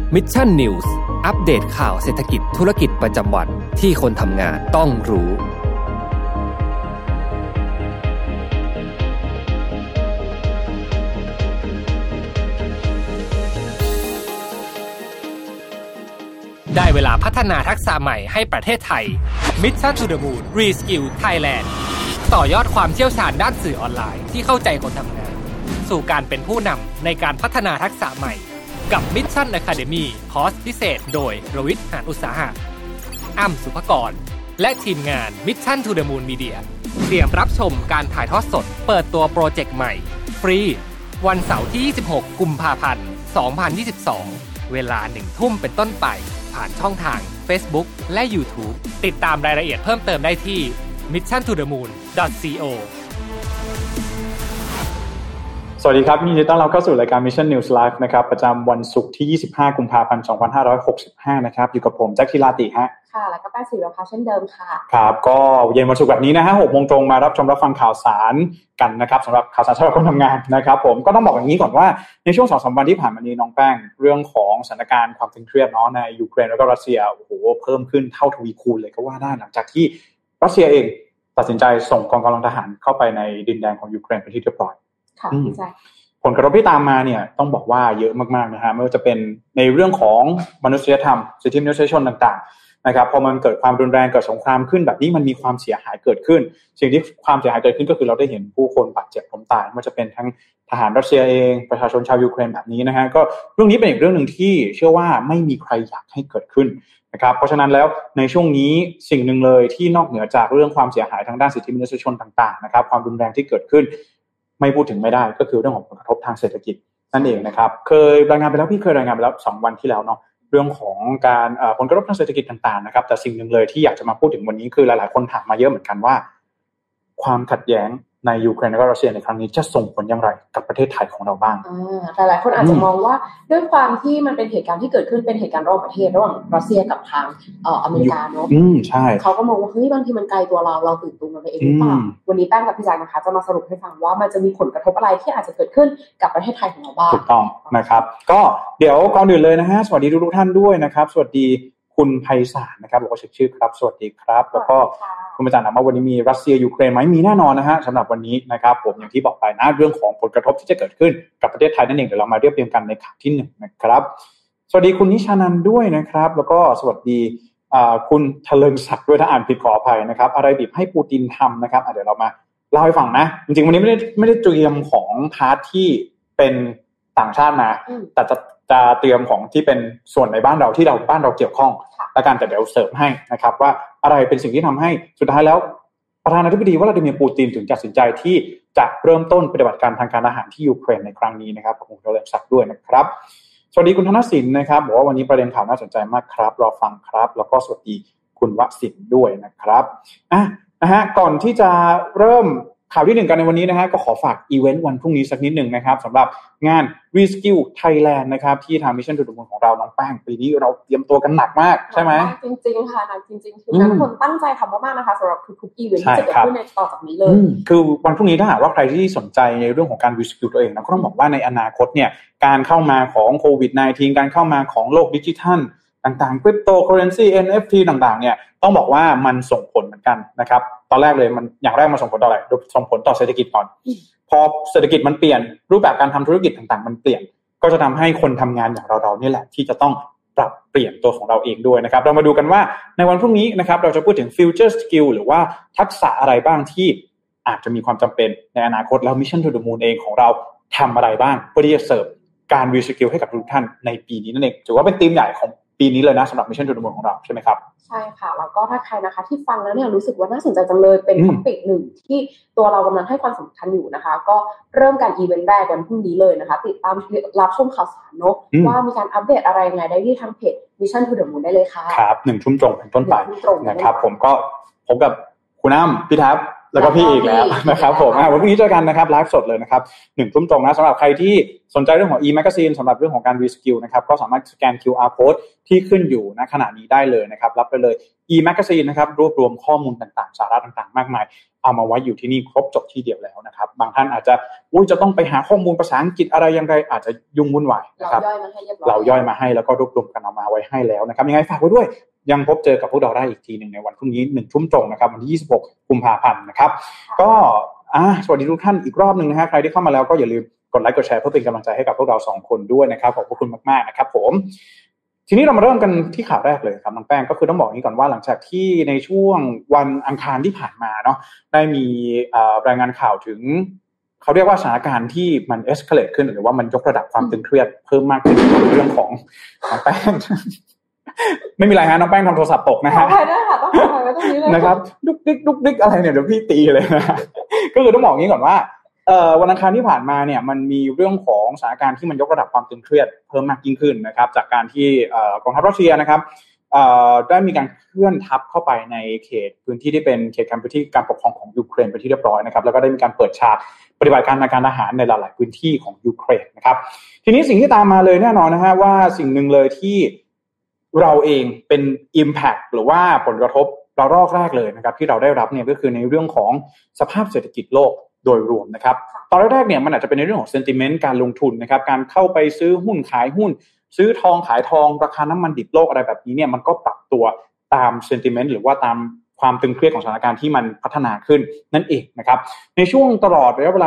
Mission News อัปเดตข่าวเศรษฐกิจธุรกิจประจำวันที่คนทำงานต้องรู้ได้เวลาพัฒนาทักษะใหม่ให้ประเทศไทย Mission to the Moon Reskill Thailand ต่อยอดความเชี่ยวชาญด้านสื่อออนไลน์ที่เข้าใจคนทำงานสู่การเป็นผู้นำในการพัฒนาทักษะใหม่กับ Mission Academy คอร์สพิเศษโดยรวิทย์ หานอุตสาหะอ้ำสุภกรและทีมงาน Mission to the Moon Media เตรียมรับชมการถ่ายทอดสดเปิดตัวโปรเจกต์ใหม่ฟรีวันเสาร์ที่26กุมภาพันธ์2022เวลา 1 ทุ่มเป็นต้นไปผ่านช่องทาง Facebook และ YouTube ติดตามรายละเอียดเพิ่มเติมได้ที่ missiontothemoon.co สวัสดีครับยินดีต้อนรับเข้าสู่รายการ Mission News Live นะครับประจำวันศุกร์ที่25กุมภาพันธ์2565นะครับอยู่กับผมแจ็คธีราติฮะค่ะแล้วก็แป้งศิรภาเช่นเดิมค่ะครับก็เย็นวันศุกร์แบบนี้นะฮะ 6:00 นตรงมารับชมรับฟังข่าวสารกันนะครับสำหรับข่าวสารสำหรับคนทำงานนะครับผมก็ต้องบอกอย่างนี้ก่อนว่าในช่วง 2-3 วันที่ผ่านมานี้น้องแป้งเรื่องของสถานการณ์ความตึงเครียดเนาะในยูเครนแล้วก็รัสเซียโอ้โหเพิ่มขึ้นเท่าทวีคูณเลยก็ว่าได้หลังจากที่รัสเซียเองตัดสินใจส่งกองกำลังทหารเข้าไปในดินแดนของยูเครนเป็นที่เรียบร้อยค่ะใช่ผลกระทบที่ตามมาเนี่ยต้องบอกว่าเยอะมากๆนะฮะไม่ว่าจะเป็นในเรื่องของมนุษยธรรมสิทธิมนุษยชนต่างๆนะครับพอมันเกิดความรุนแรงเกิดสงครามขึ้นแบบนี้มันมีความเสียหายเกิดขึ้นสิ่งที่ความเสียหายเกิดขึ้นก็คือเราได้เห็นผู้คนบาดเจ็บล้มตายไม่ว่าจะเป็นทั้งทหารรัสเซียเองประชาชนชาวยูเครนแบบนี้นะฮะก็เรื่องนี้เป็นอีกเรื่องนึงที่เชื่อว่าไม่มีใครอยากให้เกิดขึ้นนะครับเพราะฉะนั้นแล้วในช่วงนี้สิ่งนึงเลยที่นอกเหนือจากเรื่องความเสียหายทางด้านสิทธิมนุษยชนต่างๆนะครับความรุนแรงที่เกิดขึ้นไม่พูดถึงไม่ได้ก็คือเรื่องของผลกระทบทางเศรษฐกิจนั่นเองนะครับเคยรายงานไปแล้วพี่เคยรายงานไปแล้ว2วันที่แล้วเนาะเรื่องของการผลกระทบทางเศรษฐกิจต่างๆนะครับแต่สิ่งนึงเลยที่อยากจะมาพูดถึงวันนี้คือหลายๆคนถามมาเยอะเหมือนกันว่าความขัดแย้งในยูเครนและก็รัสเซียในครั้งนี้จะส่งผลอย่างไรกับประเทศไทยของเราบ้างหลายๆคนอาจจะมองว่าด้วยความที่มันเป็นเหตุการณ์ที่เกิดขึ้นเป็นเหตุการณ์ระหว่างประเทศระหว่างรัสเซียกับทางอเมริกาเนาะใช่เขาก็มองว่าเฮ้ยบางทีมันไกลตัวเราตื่นตัวมันไปเองหรือเปล่าวันนี้แป้งกับพี่แจ๊คนะคะจะมาสรุปให้ฟังว่ามันจะมีผลกระทบอะไรที่อาจจะเกิดขึ้นกับประเทศไทยของเราบ้างถูกต้องนะครับก็เดี๋ยวก่อนอื่นเลยนะฮะสวัสดีทุกท่านด้วยนะครับสวัสดีคุณไพศาลนะครับบอกว่าเช็คชื่อครับสวัสดีครับแล้วก็คุณอาจารย์ถามว่าวันนี้มีรัสเซียยูเครนไหมมีแน่นอนนะฮะสำหรับวันนี้นะครับผมอย่างที่บอกไปนะเรื่องของผลกระทบที่จะเกิดขึ้นกับประเทศไทยนั่นเองเดี๋ยวเรามาเรียบเรียงกันในข่าวที่1นะครับสวัสดีคุณนิชานันท์ด้วยนะครับแล้วก็สวัสดีคุณเถลิงศักดิ์ด้วยถ้าอ่านผิดขออภัยนะครับอะไรบีบให้ปูตินทำนะครับเดี๋ยวเรามาเล่าให้ฟังนะจริงๆวันนี้ไม่ได้เตรียมของพาร์ทที่เป็นต่างชาติมาแต่จะเตรียมของที่เป็นส่วนในบ้านเราที่บ้านเราเกี่ยวข้องและการแต่เดี๋ยวเสริมให้นะครับว่าอะไรเป็นสิ่งที่ทำให้สุดท้ายแล้วประธานาธิบดีวลาดิเมียร์ปูตินถึงตัดสินใจที่จะเริ่มต้นปฏิบัติการทางการทหารที่ยูเครนในครั้งนี้นะครับผมก็เลยสักด้วยนะครับสวัสดีคุณธนสินนะครับบอกว่าวันนี้ประเด็นข่าวน่าสนใจมากครับรอฟังครับแล้วก็สวัสดีคุณวสินด้วยนะครับนะฮะก่อนที่จะเริ่มข่าวที่1กันในวันนี้นะฮะก็ขอฝากอีเวนต์วันพรุ่งนี้สักนิดนึงนะครับสำหรับงาน Reskill Thailand นะครับที่ทาง Mission to the Moon ของเราน้องแป้งปีนี้เราเตรียมตัวกันหนักมากใช่ไหมจริงๆค่ะหนักจริงๆคือทุกคนตั้งใจทำมากๆนะคะสำหรับทุกๆอีเวนต์ที่จะเกิดขึ้นในต่อจากนี้เลยคือวันพรุ่งนี้ถ้าหากว่าใครที่สนใจในเรื่องของการ Reskill ตัวเองนะก็ต้องบอกว่าในอนาคตเนี่ยการเข้ามาของโควิด -19 การเข้ามาของโลกดิจิทัลต่างๆคริปโตเคอเรนซี NFT ต่างๆเนี่ยต้องบอกว่ามันส่งผลเหมือนกันนะครับตอนแรกเลยมันอย่างแรกมันส่งผลต่ออะไรส่งผลต่อเศรษฐกิจก่อนพอเศรษฐกิจมันเปลี่ยนรูปแบบการทำธุรกิจต่างๆมันเปลี่ยนก็จะทำให้คนทำงานอย่างเราๆนี่แหละที่จะต้องปรับเปลี่ยนตัวของเราเองด้วยนะครับเรามาดูกันว่าในวันพรุ่งนี้นะครับเราจะพูดถึง future skill หรือว่าทักษะอะไรบ้างที่อาจจะมีความจำเป็นในอนาคตแล้ว Mission to the Moon เองของเราทำอะไรบ้างเพื่อที่จะเสิร์ฟการ reskill ให้กับทุกท่านในปีนี้นั่นเองถือว่าเป็นธีมใหญ่ของปีนี้เลยนะสำหรับ Mission to the Moon ของเราใช่ไหมครับใช่ค่ะแล้วก็ถ้าใครนะคะที่ฟังแล้วเนี่ยรู้สึกว่าน่าสนใจจังเลยเป็นท็อปิกหนึ่งที่ตัวเรากำลังให้ความสำคัญอยู่นะคะก็เริ่มการอีเวนต์แรกวันพรุ่งนี้เลยนะคะติดตามรับชมข่าวสารเนาะว่ามีการอัปเดตอะไรยังไงได้ที่ทางเพจ Mission to the Moon ได้เลยค่ะครับ1 ทุ่มตรงเป็นต้นไปนะครับผมก็พบกับคุณอ้ำพี่ทัพแล้วก็พี่อีกแล้วนะครับผมวันพรุ่งนี้เจอกันนะครับไลฟ์สดเลยนะครับ 1 ทุ่มตรงนะสำหรับใครที่สนใจเรื่องของ e-magazine สำหรับเรื่องของการ reskill นะครับก็สามารถสแกน QR code ที่ขึ้นอยู่ณขณะนี้ได้เลยนะครับรับไปเลย e-magazine นะครับรวบรวมข้อมูลต่างๆสาระต่างๆมากมายเอามาไว้อยู่ที่นี่ครบจบที่เดียวแล้วนะครับบางท่านอาจจะจะต้องไปหาข้อมูลภาษาอังกฤษอะไรอย่างไรอาจจะยุ่งวุ่นวายนะครับเราย่อยมาให้แล้วก็รวบรวมกันเอามาไว้ให้แล้วนะครับยังไงฝากไว้ด้วยยังพบเจอกับพวกเราได้อีกทีนึงในวันพรุ่งนี้ 1 ทุ่มตรงนะครับวันที่26 กุมภาพันธ์นะครับก็สวัสดีทุกท่านอีกรอบนึงนะฮะใครที่เข้ามาแล้วก็อย่าลืมกดไลค์กดแชร์เพื่อเป็นกำลังใจให้กับพวกเรา2คนด้วยนะครับขอบคุณมากๆนะครับผมทีนี้เรามาเริ่มกันที่ข่าวแรกเลยครับน้องแป้งก็คือต้องบอกอย่างนี้ก่อนว่าหลังจากที่ในช่วงวันอังคารที่ผ่านมาเนาะได้มีรายงานข่าวถึงเขาเรียกว่าสถานการณ์ที่มัน escalate ขึ้นหรือว่ามันยกระดับความตึงเครียดเพิ่มมากขึ้นในเรื่องของน้องแป้งไม่มีไรฮะน้องแป้งทำโทรศัพท์ตกนะฮะขออภัยด้วยค่ะต้องขออภัยไว้ตรงนี้เลยนะครับดุกดิกอะไรเนี่ยเดี๋ยวพี่ตีเลยนะก็คือต้องบอกอย่างนี้ก่อนว่าวันอังคารที่ผ่านมาเนี่ยมันมีเรื่องของสถานการณ์ที่มันยกระดับความตึงเครียดเพิ่มมากยิ่งขึ้นนะครับจากการที่กองทัพรัสเซียนะครับได้มีการเคลื่อนทัพเข้าไปในเขตพื้นที่ที่เป็นเขตพื้นที่การปกครองของยูเครนไปที่เรียบร้อยนะครับแล้วก็ได้มีการเปิดฉากปฏิบัติการทางการทหารในหลายๆพื้นที่ของยูเครนนะครับทีนี้สิ่งที่ตามมาเลยแน่นอนนะฮะว่าสิ่งหนึ่งเลยที่เราเองเป็น impact หรือว่าผลกระทบระลอกแรกเลยนะครับที่เราได้รับเนี่ยก็คือในเรื่องของสภาพเศรษฐกิจโลกโดยรวมนะครับตอนแรกเนี่ยมันอาจจะเป็นในเรื่องของ sentiment การลงทุนนะครับการเข้าไปซื้อหุ้นขายหุ้นซื้อทองขายทองราคาน้ำมันดิบโลกอะไรแบบนี้เนี่ยมันก็ปรับตัวตาม sentiment หรือว่าตามความตึงเครียดของสถานการณ์ที่มันพัฒนาขึ้นนั่นเองนะครับในช่วงตลอดระยะเวลา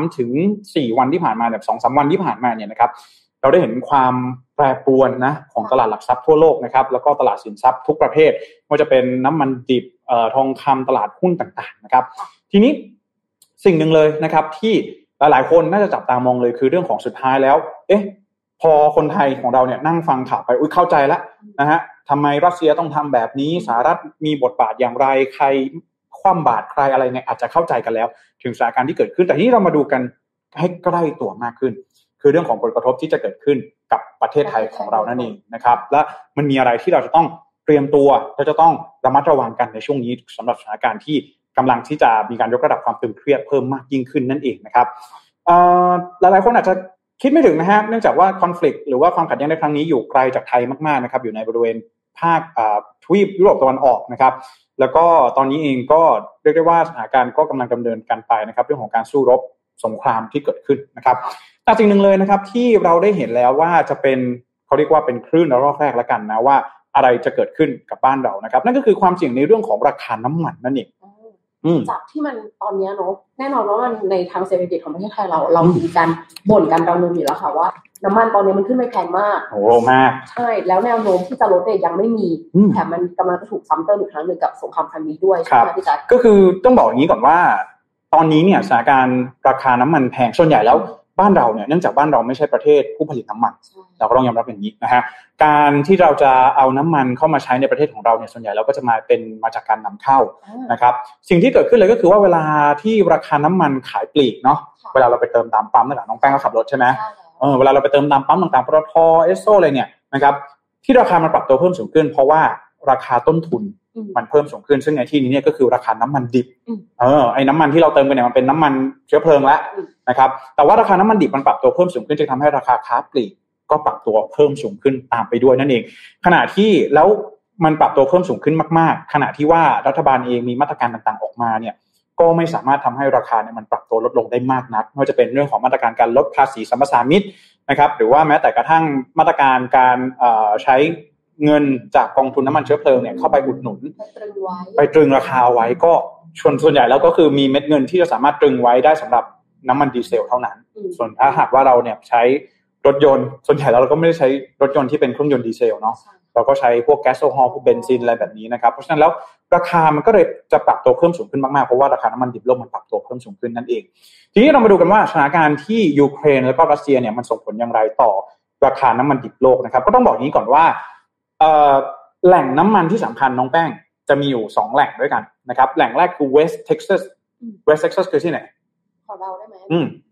3-4 วันที่ผ่านมาแบบ 2-3 วันที่ผ่านมาเนี่ยนะครับเราได้เห็นความแปรปรวนนะของตลาดหลักทรัพย์ทั่วโลกนะครับแล้วก็ตลาดสินทรัพย์ทุกประเภทไม่ว่าจะเป็นน้ำมันดิบทองคำตลาดหุ้นต่างๆนะครับทีนี้สิ่งหนึ่งเลยนะครับที่หลายๆคนน่าจะจับตามองเลยคือเรื่องของสุดท้ายแล้วพอคนไทยของเราเนี่ยนั่งฟังข่าวไปเข้าใจแล้วนะฮะทำไมรัสเซียต้องทำแบบนี้สหรัฐมีบทบาทอย่างไรใครคว่ำบาตรใครอะไรเนี่ยอาจจะเข้าใจกันแล้วถึงสถานการณ์ที่เกิดขึ้นแต่ที่เรามาดูกันให้ใกล้ตัวมากขึ้นคือเรื่องของผลกระทบที่จะเกิดขึ้นกับประเทศไทยของเรานั่นเองนะครับและมันมีอะไรที่เราจะต้องเตรียมตัวและจะต้องระมัดระวังกันในช่วงนี้สำหรับสถานการณ์ที่กำลังที่จะมีการยกระดับความตึงเครียดเพิ่มมากยิ่งขึ้นนั่นเองนะครับหลายๆคนอาจจะคิดไม่ถึงนะฮะเนื่องจากว่าคอนฟลิกต์หรือว่าความขัดแย้งในครั้งนี้อยู่ไกลจากไทยมากๆนะครับอยู่ในบริเวณภาคทวีปยุโรปตะวันออกนะครับแล้วก็ตอนนี้เองก็เรียกได้ว่าสถานการณ์ก็กำลังดำเนินการไปนะครับเรื่องของการสู้รบสงครามที่เกิดขึ้นนะครับแต่สิ่งหนึ่งเลยนะครับที่เราได้เห็นแล้วว่าจะเป็นเขาเรียกว่าเป็นคลื่นระลอกแรกแล้วกันนะว่าอะไรจะเกิดขึ้นกับบ้านเรานะครับนั่นก็คือความเสี่ยงในเรื่องของราคาน้ำมันนั่นเองจากที่มันตอนนี้เนาะแน่นอนว่ามันในทางเศรษฐกิจของประเทศไทยเรามีการบ่นกันดำเนินอยู่แล้วค่ะว่าน้ำมันตอนนี้มันขึ้นไปแพงมากโอ้มากใช่แล้วแนวโน้มที่จะลดเนี่ยยังไม่มีแถมมันกำลังจะถูกซ้ำเติมอีกครั้งหนึ่งกับสงครามครั้งนี้ด้วยใช่ไหมพี่แจ๊คก็คือต้องบอกอย่างนี้ก่อนว่าตอนนี้เนี่ยสถานการณ์ราคาน้ำมันแพงส่วนใหญ่แล้วบ้านเราเนี่ยเนื่องจากบ้านเราไม่ใช่ประเทศผู้ผลิตน้ำมันเราก็ต้องยอมรับอย่างนี้นะฮะการที่เราจะเอาน้ำมันเข้ามาใช้ในประเทศของเราเนี่ยส่วนใหญ่เราก็จะมาจากการนำเข้านะครับสิ่งที่เกิดขึ้นเลยก็คือว่าเวลาที่ราคาน้ำมันขายปลีกเนาะเวลาเราไปเติมตามปั๊มนั่นแหละน้องแป้งก็ขับรถใช่ไหมเวลาเราไปเติมตามปั๊มต่างๆปตท.เอสโซอะไรเนี่ยนะครับที่ราคามันปรับตัวเพิ่มสูงขึ้นเพราะว่าราคาต้นทุนมันเพิ่มสูงขึ้นซึ่งในที่นี้เนี่ยก็คือราคาน้ำมันดิบไอ้น้ำมันที่เราเติมกันเนี่ยมันเป็นน้ำมันเชื้อเพลิงแล้วนะครับแต่ว่าราคาน้ำมันดิบมันปรับตัวเพิ่มสูงขึ้นจึงทำให้ราคาค้าปลีกก็ปรับตัวเพิ่มสูงขึ้นตามไปด้วยนั่นเองขณะที่แล้วมันปรับตัวเพิ่มสูงขึ้นมากๆขณะที่ว่ารัฐบาลเองมีมาตรการต่างๆออกมาเนี่ยก็ไม่สามารถทำให้ราคาเนี่ยมันปรับตัวลดลงได้มากนักไม่ว่าจะเป็นเรื่องของมาตรการการลดภาษีสัมปทานมิตรนะครับหรือว่าแม้แต่กระทั่งมาตรการการใช้เงินจากกองทุนน้ำมันเชื้อเพลิงเนี่ยเข้าไปอุดหนุนไปตรึงราคาไว้ก็ส่วนใหญ่แล้วก็คือมีเม็ดเงินที่จะสามารถตรึงไว้ได้สำหรับน้ำมันดีเซลเท่านั้นส่วนถ้าหากว่าเราเนี่ยใช้รถยนต์ส่วนใหญ่แล้วเราก็ไม่ได้ใช้รถยนต์ที่เป็นเครื่องยนต์ดีเซลเนาะเราก็ใช้พวกแก๊สโซฮอลพวกเบนซินอะไรแบบนี้นะครับเพราะฉะนั้นแล้วราคามันก็เลยจะปรับตัวเพิ่มสูงขึ้นมากๆเพราะว่าราคาน้ำมันดิบโลกมันปรับตัวเพิ่มสูงขึ้นนั่นเองทีนี้เรามาดูกันว่าสถานการณ์ที่ยูเครนแล้วก็รัสเซียเนี่ยมันส่งผลอย่างไรต่อราคาน้ำมันดิบโลกนะครับก็ต้องบอกอย่างนี้ก่อนว่าแหล่งน้ำมันที่สำคัญน้องแป้งจะมีอยู่2แหล่งด้วยกันนะครับแหล่งแรกคือ West Texas คือที่ไหนขอเราได้ไหม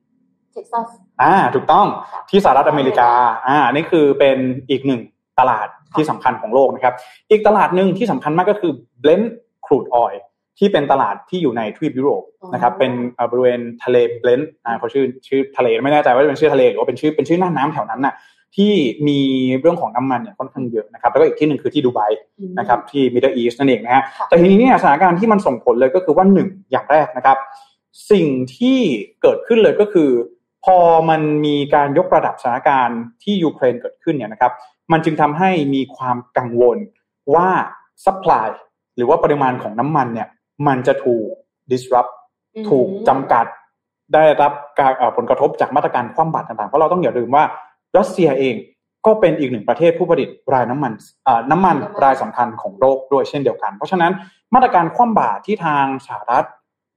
Texas ถูกต้องที่สหรัฐอเมริกานี่คือเป็นอีกหนึ่งตลาดที่สำคัญของโลกนะครับอีกตลาดนึงที่สำคัญมากก็คือ Brent Crude Oil ที่เป็นตลาดที่อยู่ในทวีปยุโรปนะครับเป็นบริเวณทะเลเบลนต์เขาชื่อทะเลไม่แน่ใจว่าเป็นชื่อทะเลหรือว่าเป็นชื่อหน้าน้ำแถวนั้นน่ะที่มีเรื่องของน้ำมันเนี่ยค่อนข้างเยอะนะครับแล้วก็อีกที่นึงคือที่ดูไบนะครับที่ Middle East นั่นเองนะฮะแต่ทีนี้เนี่ยสถานการณ์ที่มันส่งผลเลยก็คือว่า1อย่างแรกนะครับสิ่งที่เกิดขึ้นเลยก็คือพอมันมีการยกระดับสถานการณ์ที่ยูเครนเกิดขึ้นเนี่ยนะครับมันจึงทำให้มีความกังวลว่า supply หรือว่าปริมาณของน้ำมันเนี่ยมันจะถูก disrupt ถูกจำกัดได้รับการผลกระทบจากมาตรการคว่ำบาตรต่างๆเพราะเราต้องอย่าลืมว่ารัสเซียเองก็เป็นอีกหนึ่งประเทศผู้ผลิตรายน้ำมันรายสำคัญของโลกด้วยเช่นเดียวกันเพราะฉะนั้นมาตรการคว่ำบาตรที่ทางสหรัฐ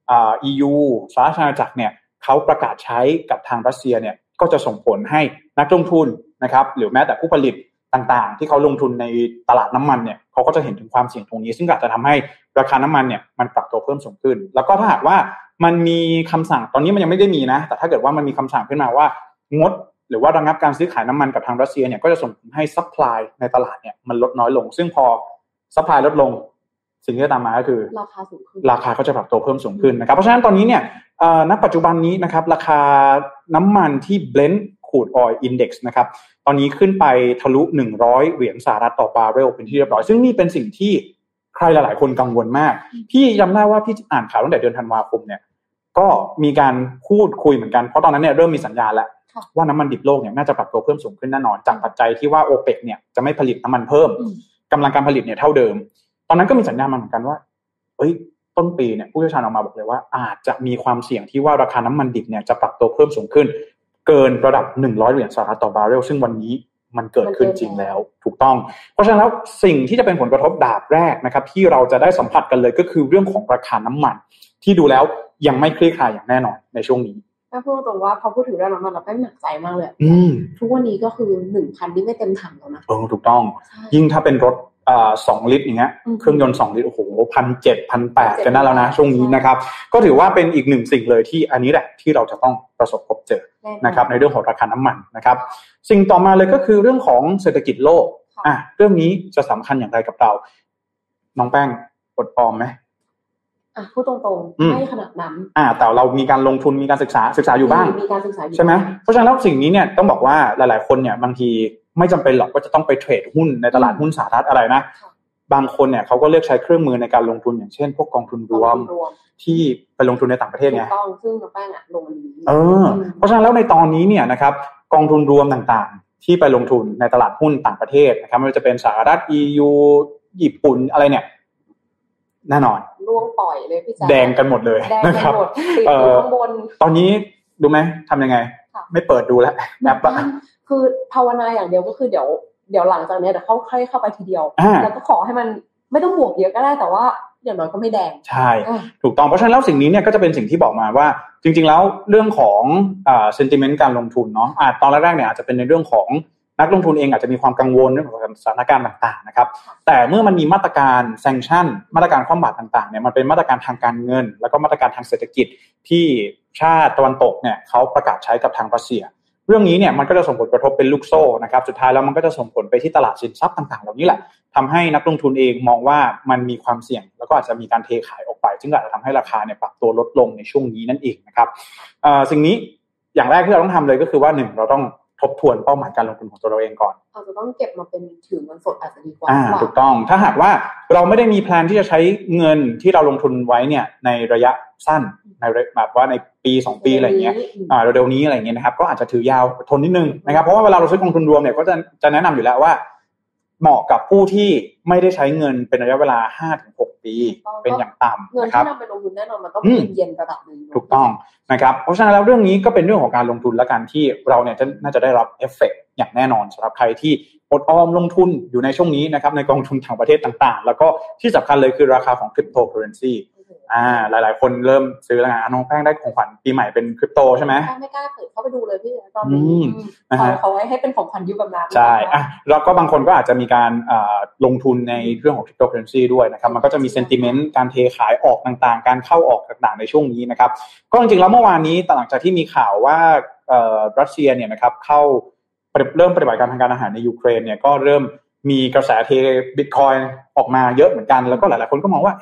EU สหราชอาณาจักรเนี่ยเขาประกาศใช้กับทางรัสเซียเนี่ยก็จะส่งผลให้นักลงทุนนะครับหรือแม้แต่ผู้ผลิตต่างๆที่เขาลงทุนในตลาดน้ำมันเนี่ยเขาก็จะเห็นถึงความเสี่ยงตรงนี้ซึ่งอาจจะทำให้ราคาน้ำมันเนี่ยมันปรับตัวเพิ่มสูงขึ้นแล้วก็ถ้าหากว่ามันมีคำสั่งตอนนี้มันยังไม่ได้มีนะแต่ถ้าเกิดว่ามันมีคำสั่งขึ้นมาว่างดหรือว่าระงับการซื้อขายน้ำมันกับทางรัสเซียเนี่ยก็จะส่งผลให้ซัพพลายในตลาดเนี่ยมันลดน้อยลงซึ่งพอซัพพลายลดลงสิ่งที่จะตามมาก็คือราคาสูงขึ้นราคาก็จะปรับตัวเพิ่มสูงขึ้นนะครับเพราะฉะนั้นตอนนี้เนี่ยณปัจจุบันนี้นะครับราคาน้ำมันที่ Brent Crude Oil Index นะครับตอนนี้ขึ้นไปทะลุ$100ต่อบาร์เรลเป็นที่เรียบร้อยซึ่งนี่เป็นสิ่งที่ใครหลายๆคนกังวลมากพี่จำได้ว่าพี่อ่านข่าวตั้งแต่เดือนธันวาคมเนี่ยก็มีการพูดคุยเหมือนกันเพราะตอนนั้นเนี่ยเริ่มมีสัญญาณแล้วว่าน้ำมันดิบโลกเนี่ยน่าจะปรับตัวเพิ่มสูงขึ้นแน่นอนจากปัจจัยที่ว่า OPEC เนี่ยจะไม่ผลิตน้ำมันเพิ่มกำลังการผลิตเนี่ยเท่าเดิมตอนนั้นก็มีสัญญาณมาเหมือนกันว่าต้นปีเนี่ยผู้เชี่ยวชาญออกมาบอกเลยว่าอาจจะมีความเสี่ยงที่ว่าราคาน้ำมันดิบเนี่ยจะปรับตัวเพิ่มสูงขึ้นเกินระดับ$100ต่อบาร์เรลซึ่งวันนี้มันเกิดขึ้นจริงแล้วถูกต้องเพราะฉะนั้นแล้วสิ่งที่จะเป็นผลกระทบดาบแรกนะครับที่เราจะได้สัมผัสกันเลยก็คือเรื่องของราคาน้ำมันที่ดูแล้วยังไม่คลี่คลายอย่างแน่นอนในช่วงนี้ถ้าพูดตรงว่าพอพูดถึงเรื่องน้ำมันเราก็หนักใจมากเลยทุกวันนี้ก็คือ 1,000 นี่ไม่เต็มถังแล้วนะถูกต้องยิ่งถ้าเป็นรถ2 ลิตรอย่างเงี้ยเครื่องยนต์2 ลิตรโอ้โห 1,700 1,800 กันนั่นแล้วนะช่วงนี้นะครับก็ถือว่าเป็นอีกหนึ่งสิ่งเลยที่อันนี้แหละที่เราจะต้องประสบพบเจอนะครับในเรื่องของราคาน้ำมันนะครับสิ่งต่อมาเลยก็คือเรื่องของเศรษฐกิจโลกเรื่องนี้จะสำคัญอย่างไรกับเราน้องแป้งอดออมไหมพูดตรงๆไม่ขนาดนั้นแต่เรามีการลงทุนมีการศึกษาอยู่บ้างมีการศึกษาอยู่ใช่ไหมเพราะฉะนั้นแล้วสิ่งนี้เนี่ยต้องบอกว่าหลายๆคนเนี่ยบางทีไม่จำเป็นหรอกว่าจะต้องไปเทรดหุ้นในตลาดหุ้นสหรัฐอะไรนะบางคนเนี่ยเขาก็เลือกใช้เครื่องมือในการลงทุนอย่างเช่นพวกกองทุนรวมที่ไปลงทุนในต่างประเทศไงต้องซึ่งน้องแป้งลงอันนี้เพราะฉะนั้นแล้วในตอนนี้เนี่ยนะครับกองทุนรวมต่างๆที่ไปลงทุนในตลาดหุ้นต่างประเทศนะครับไม่ว่าจะเป็นสหรัฐ EU ญี่ปุ่นอะไรเนี่ยแน่นอนล่วงปล่อยเลยพี่จ๋าแดงกันหมดเลยนะครับติดอยู่ข้างบนตอนนี้ดูไหมทำยังไงไม่เปิดดูแล้วแอปคือภาวนาอย่างเดียวก็คือเดี๋ยวหลังจากนี้เดี๋ยวเข้าไปทีเดียวแล้วก็ขอให้มันไม่ต้องบวกเยอะก็ได้แต่ว่าอย่างน้อยก็ไม่แดงใช่ถูกต้องเพราะฉะนั้นแล้วสิ่งนี้เนี่ยก็จะเป็นสิ่งที่บอกมาว่าจริงๆแล้วเรื่องของsentiment การลงทุนเนาะตอนแรกๆเนี่ยอาจจะเป็นในเรื่องของนักลงทุนเองอาจจะมีความกังวลเรื่องของสถานการณ์ต่างๆนะครับแต่เมื่อมันมีมาตรการแซงชั่นมาตรการคว่ำบาตรต่างๆเนี่ยมันเป็นมาตรการทางการเงินแล้วก็มาตรการทางเศรษฐกิจที่ชาติตะวันตกเนี่ยเขาประกาศใช้กับทางรัสเซียเรื่องนี้เนี่ยมันก็จะส่งผลกระทบเป็นลูกโซ่นะครับสุดท้ายแล้วมันก็จะส่งผลไปที่ตลาดสินทรัพย์ต่างๆเหล่านี้แหละทำให้นักลงทุนเองมองว่ามันมีความเสี่ยงแล้วก็อาจจะมีการเทขายออกไปซึ่งอาจจะทำให้ราคาเนี่ยปรับตัวลดลงในช่วงนี้นั่นเองนะครับสิ่งนี้อย่างแรกที่เราต้องทำเลยก็คือว่า1เราต้องทบทวนเป้าหมายการลงทุนของตัวเราเองก่อนอาจจะต้องเก็บมาเป็นถือเงินสดอาจจะดีกว่าถูกต้องถ้าหากว่าเราไม่ได้มีแพลนที่จะใช้เงินที่เราลงทุนไว้เนี่ยในระยะสั้นในแบบว่าในปี2ปีอะไรเงี้ยเร็วๆนี้อะไรเงี้ยนะครับก็อาจจะถือยาวทนนิดนึงนะครับเพราะว่าเวลาเราซื้อกองทุนรวมเนี่ยก็จะแนะนำอยู่แล้วว่าเหมาะกับผู้ที่ไม่ได้ใช้เงินเป็นระยะเวลา 5-6 ปีเป็นอย่างต่ำนะครับเงินที่นำไปลงทุนแน่นอนมันต้องเย็นระดับนึงถูกต้องนะครับเพราะฉะนั้นแล้วเรื่องนี้ก็เป็นเรื่องของการลงทุนและการที่เราเนี่ยน่าจะได้รับเอฟเฟกต์อย่างแน่นอนสำหรับใครที่อดออมลงทุนอยู่ในช่วงนี้นะครับในกองทุนต่างประเทศต่างๆแล้วก็ที่สำคัญเลยคือราคาของคริปโตเคอเรนซีหลายๆคนเริ่มซื้อแล้วน้องแป้งได้ของขวัญปีใหม่เป็นคริปโตใช่ไหมไม่กล้าเปิดเข้าไปดูเลยพี่ตอนนี้เขาให้เป็นของขวัญยุคแบบนั้นใช่แล้วก็บางคนก็อาจจะมีการลงทุนในเรื่องของคริปโตเคอเรนซีด้วยนะครับมันก็จะมีเซนติเมนต์การเทขายออกต่างๆการเข้าออกต่างๆในช่วงนี้นะครับก็จริงๆแล้วเมื่อวานนี้หลังจากที่มีข่าวว่ารัสเซียเนี่ยนะครับเริ่มปฏิบัติการทางการอาหารในยูเครนเนี่ยก็เริ่มมีกระแสเทบิตคอยน์ออกมาเยอะเหมือนกันแล้วก็หลายๆคนก็มองว่า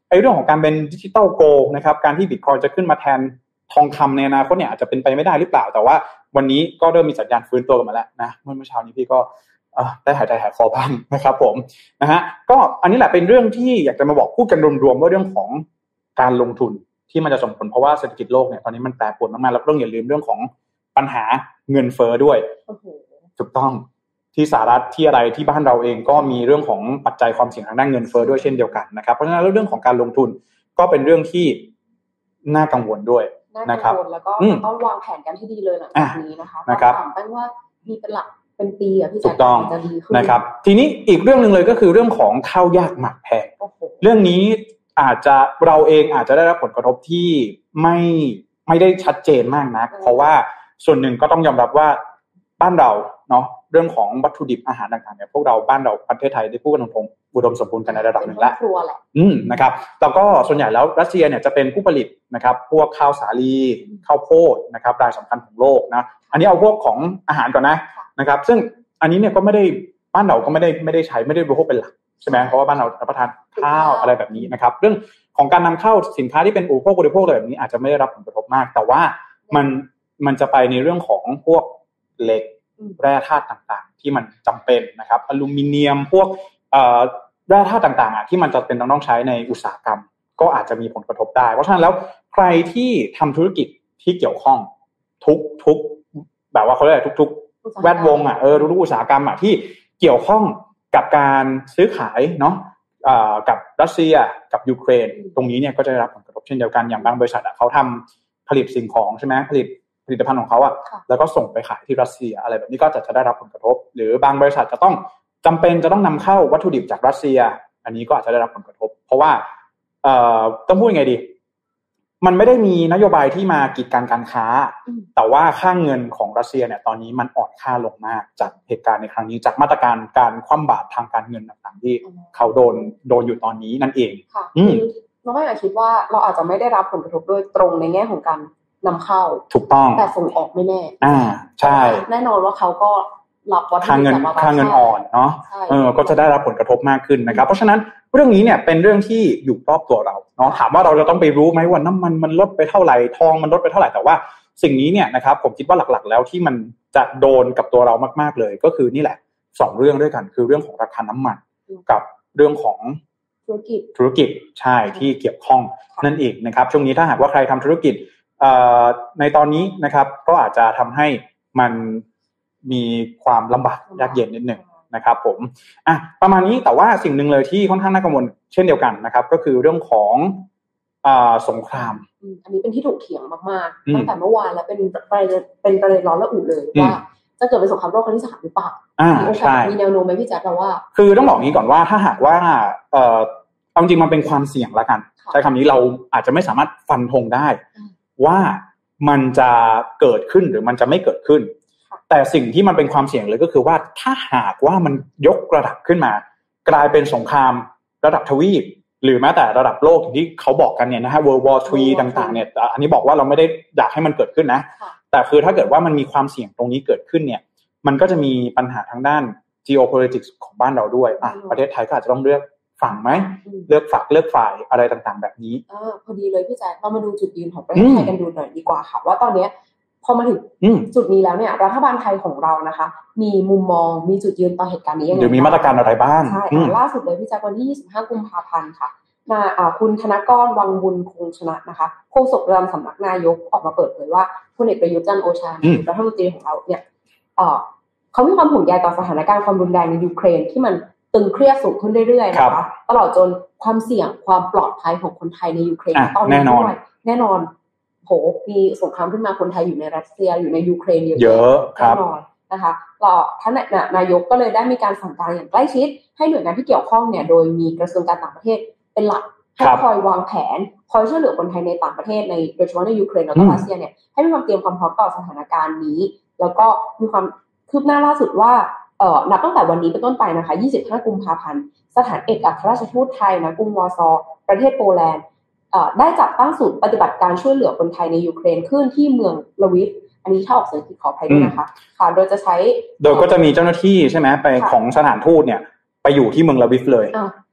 เรื่องของการเป็นดิจิทัลโกลด์นะครับการที่ Bitcoin จะขึ้นมาแทนทองคำในอนาคตเนี่ยอาจจะเป็นไปไม่ได้หรือเปล่าแต่ว่าวันนี้ก็เริ่มมีสัญญาณฟื้นตัวกันมาแล้วนะเมื่อเช้านี้พี่ก็ได้หายใจหายคอบ้างนะครับผมนะฮะก็อันนี้แหละเป็นเรื่องที่อยากจะมาบอกพูดกันรวมๆว่าเรื่องของการลงทุนที่มันจะส่งผลเพราะว่าเศรษฐกิจโลกเนี่ยตอนนี้มันแปรปรวนมากๆแล้วต้องอย่าลืมเรื่องของปัญหาเงินเฟ้อด้วยถูกต้องที่สหรัฐที่อะไรที่บ้านเราเองก็มีเรื่องของปัจจัยความเสี่ยงทางด้านเงินเฟ้อด้วยเช่นเดียวกันนะครับเพราะฉะนั้นเรื่องของการลงทุนก็เป็นเรื่องที่น่ากังวลด้วยนะครับแล้วก็ต้องวางแผนกันให้ดีเลยหลังจากนี้นะคะถามไปว่ามีเป็นหลักเป็นปีอ่ะพี่แจ๊คจะดีขึ้นนะครับทีนี้อีกเรื่องนึงเลยก็คือเรื่องของข้าวยากหมากแพงเรื่องนี้อาจจะเราเองอาจจะได้รับผลกระทบที่ไม่ได้ชัดเจนมากนักเพราะว่าส่วนหนึ่งก็ต้องยอมรับว่าบ้านเราเนาะเรื่องของวัตถุดิบอาหารต่างๆเนี่ยพวกเราบ้านเราประเทศไทยได้พูดกันตรงๆอุดมสมบูรณ์กันในระดับหนึ่งแล้วนะครับแล้วก็ส่วนใหญ่แล้วรัสเซียเนี่ยจะเป็นผู้ผลิตนะครับพวกข้าวสาลีข้าวโพดนะครับรายสำคัญของโลกนะอันนี้เอาพวกของอาหารก่อนนะครับซึ่งอันนี้เนี่ยก็ไม่ได้บ้านเราก็ไม่ได้ใช้ไม่ได้บริโภคเป็นหลักใช่ไหมเพราะว่าบ้านเรารับประทานข้าวอะไรแบบนี้นะครับเรื่องของการนำเข้าสินค้าที่เป็นอุปโภคบริโภคอะไรแบบนี้อาจจะไม่ได้รับผลกระทบมากแต่ว่ามันจะไปในเรื่องของพวกเหล็กแร่ธาตุต่างๆที่มันจำเป็นนะครับอลูมิเนียมพวกแร่ธาตุต่างๆที่มันจะเป็นต้องใช้ในอุตสาหกรรมก็อาจจะมีผลกระทบได้เพราะฉะนั้นแล้วใครที่ทำธุรกิจที่เกี่ยวข้องทุกแบบว่าเขาเรียกทุกแวดวงทุกอุตสาหกรรมที่เกี่ยวข้องกับการซื้อขายเนาะกับรัสเซียกับยูเครนตรงนี้เนี่ยก็จะได้รับผลกระทบเช่นเดียวกันอย่างบางบริษัทเขาทำผลิตสิ่งของใช่ไหมผลิตภัณฑ์ของเขาแล้วก็ส่งไปขายที่รัสเซียอะไรแบบนี้ก็จะได้รับผลกระทบหรือบางบริษัทจะต้องจำเป็นจะต้องนำเข้าวัตถุดิบจากรัสเซียอันนี้ก็อาจจะได้รับผลกระทบเพราะว่าต้องพูดยังไงดีมันไม่ได้มีนโยบายที่มากีดกันการค้าแต่ว่าค่าเงินของรัสเซียเนี่ยตอนนี้มันอ่อนค่าลงมากจากเหตุการณ์ในครั้งนี้จากมาตรการการคว่ำบาตรทางการเงินต่างๆที่เขาโดนอยู่ตอนนี้นั่นเองค่ะน้องไม่คิดว่าเราอาจจะไม่ได้รับผลกระทบโดยตรงในแง่ของการนำเข้าถูกต้องแต่ส่งออกไม่แน่ใช่แน่นอนว่าเขาก็รับวัตถุดิบจากค่าเงินอ่อนเนาะก็จะได้รับผลกระทบมากขึ้นนะครับเพราะฉะนั้นเรื่องนี้เนี่ยเป็นเรื่องที่อยู่รอบตัวเราเนาะถามว่าเราจะต้องไปรู้ไหมว่าน้ำมันลดไปเท่าไหร่ทองมันลดไปเท่าไหร่แต่ว่าสิ่งนี้เนี่ยนะครับผมคิดว่าหลักๆแล้วที่มันจะโดนกับตัวเรามากๆเลยก็คือนี่แหละ2เรื่องด้วยกันคือเรื่องของราคาน้ำมันกับเรื่องของธุรกิจใช่ที่เกี่ยวข้องนั่นเองนะครับช่วงนี้ถ้าหากว่าใครทำธุรกิจในตอนนี้นะครับก็อาจจะทำให้มันมีความลำบากยากเย็นนิดหนึ่งนะครับผมประมาณนี้แต่ว่าสิ่งหนึ่งเลยที่ค่อนข้างน่ากังวลเช่นเดียวกันนะครับก็คือเรื่องของสงครามอันนี้เป็นที่ถกเถียงมากๆตั้งแต่เมื่อวานแล้วเป็นประเด็นร้อนและอุ่นเลยว่าจะเกิดเป็นสงครามโลกครั้งที่3หรือเปล่ามีแนวโน้มไหมพี่แจ๊คว่าคือต้องบอกงี้ก่อนว่าถ้าหากว่าเอาจริงมันเป็นความเสี่ยงละกันใช้คำนี้เราอาจจะไม่สามารถฟันธงได้ว่ามันจะเกิดขึ้นหรือมันจะไม่เกิดขึ้นแต่สิ่งที่มันเป็นความเสี่ยงเลยก็คือว่าถ้าหากว่ามันยกระดับขึ้นมากลายเป็นสงครามระดับทวีปหรือแม้แต่ระดับโลกที่เขาบอกกันเนี่ยนะฮะ World War 3 ต่างๆเนี่ยอันนี้บอกว่าเราไม่ได้อยากให้มันเกิดขึ้นนะแต่คือถ้าเกิดว่ามันมีความเสี่ยงตรงนี้เกิดขึ้นเนี่ยมันก็จะมีปัญหาทางด้าน geopolitics ของบ้านเราด้วยประเทศไทยก็อาจจะต้องเลือกฝั่งไหมเลือกฝักเลือกฝ่ายอะไรต่างๆแบบนี้พอดีเลยพี่แจ๊คเรามาดูจุดยืนของประเทศไทยกันดูหน่อยดีกว่าค่ะว่าตอนนี้พอมาถึงจุดนี้แล้วเนี่ยรัฐบาลไทยของเรานะคะมีมุมมองมีจุดยืนต่อเหตุการณ์นี้ยังไงหรือมีมาตรการอะไรบ้างใช่ล่าสุดเลยพี่แจ๊ควันที่25กุมภาพันธ์ค่ะคุณธนกรวังบุญคงชนะนะคะโฆษกประจำสำนักนายกออกมาเปิดเผยว่าพลเอกประยุทธ์จันทร์โอชารัฐมนตรีของเราเนี่ยเขามีความห่วงใยต่อสถานการณ์ความรุนแรงในยูเครนที่มันตึงเครียดสูงขึ้นเรื่อยๆนะคะตลอดจนความเสี่ยงความปลอดภัยของคนไทยในยูเครนตอนนี้ด้วยแน่นอนมีสงครามขึ้นมาคนไทยอยู่ในรัสเซียอยู่ในยูเครนเยอะแน่นอนนะคะท่านนายกก็เลยได้มีการสั่งการอย่างใกล้ชิดให้หน่วยงานที่เกี่ยวข้องเนี่ยโดยมีกระทรวงการต่างประเทศเป็นหลักให้คอยวางแผนคอยช่วยเหลือคนไทยในต่างประเทศในโดยเฉพาะในยูเครนแล้วก็รัสเซียเนี่ยให้มีความเตรียมความพร้อมต่อสถานการณ์นี้แล้วก็มีความคืบหน้าล่าสุดว่านับตั้งแต่วันนี้เป็นต้นไปนะคะ25กุมภาพันธ์สถานเอกอัครราชทูตไทยณกรุงวอร์ซอประเทศโปแลนด์ได้จัดตั้งศูนย์ปฏิบัติการช่วยเหลือคนไทยในยูเครนขึ้นที่เมืองลวิฟอันนี้ถ้าออกเสียงผิดขออภัยด้วยนะคะค่ะโดยจะใช้โดยก็จะมีเจ้าหน้าที่ใช่ไหมไปของสถานทูตเนี่ยไปอยู่ที่เมืองลวิฟเลย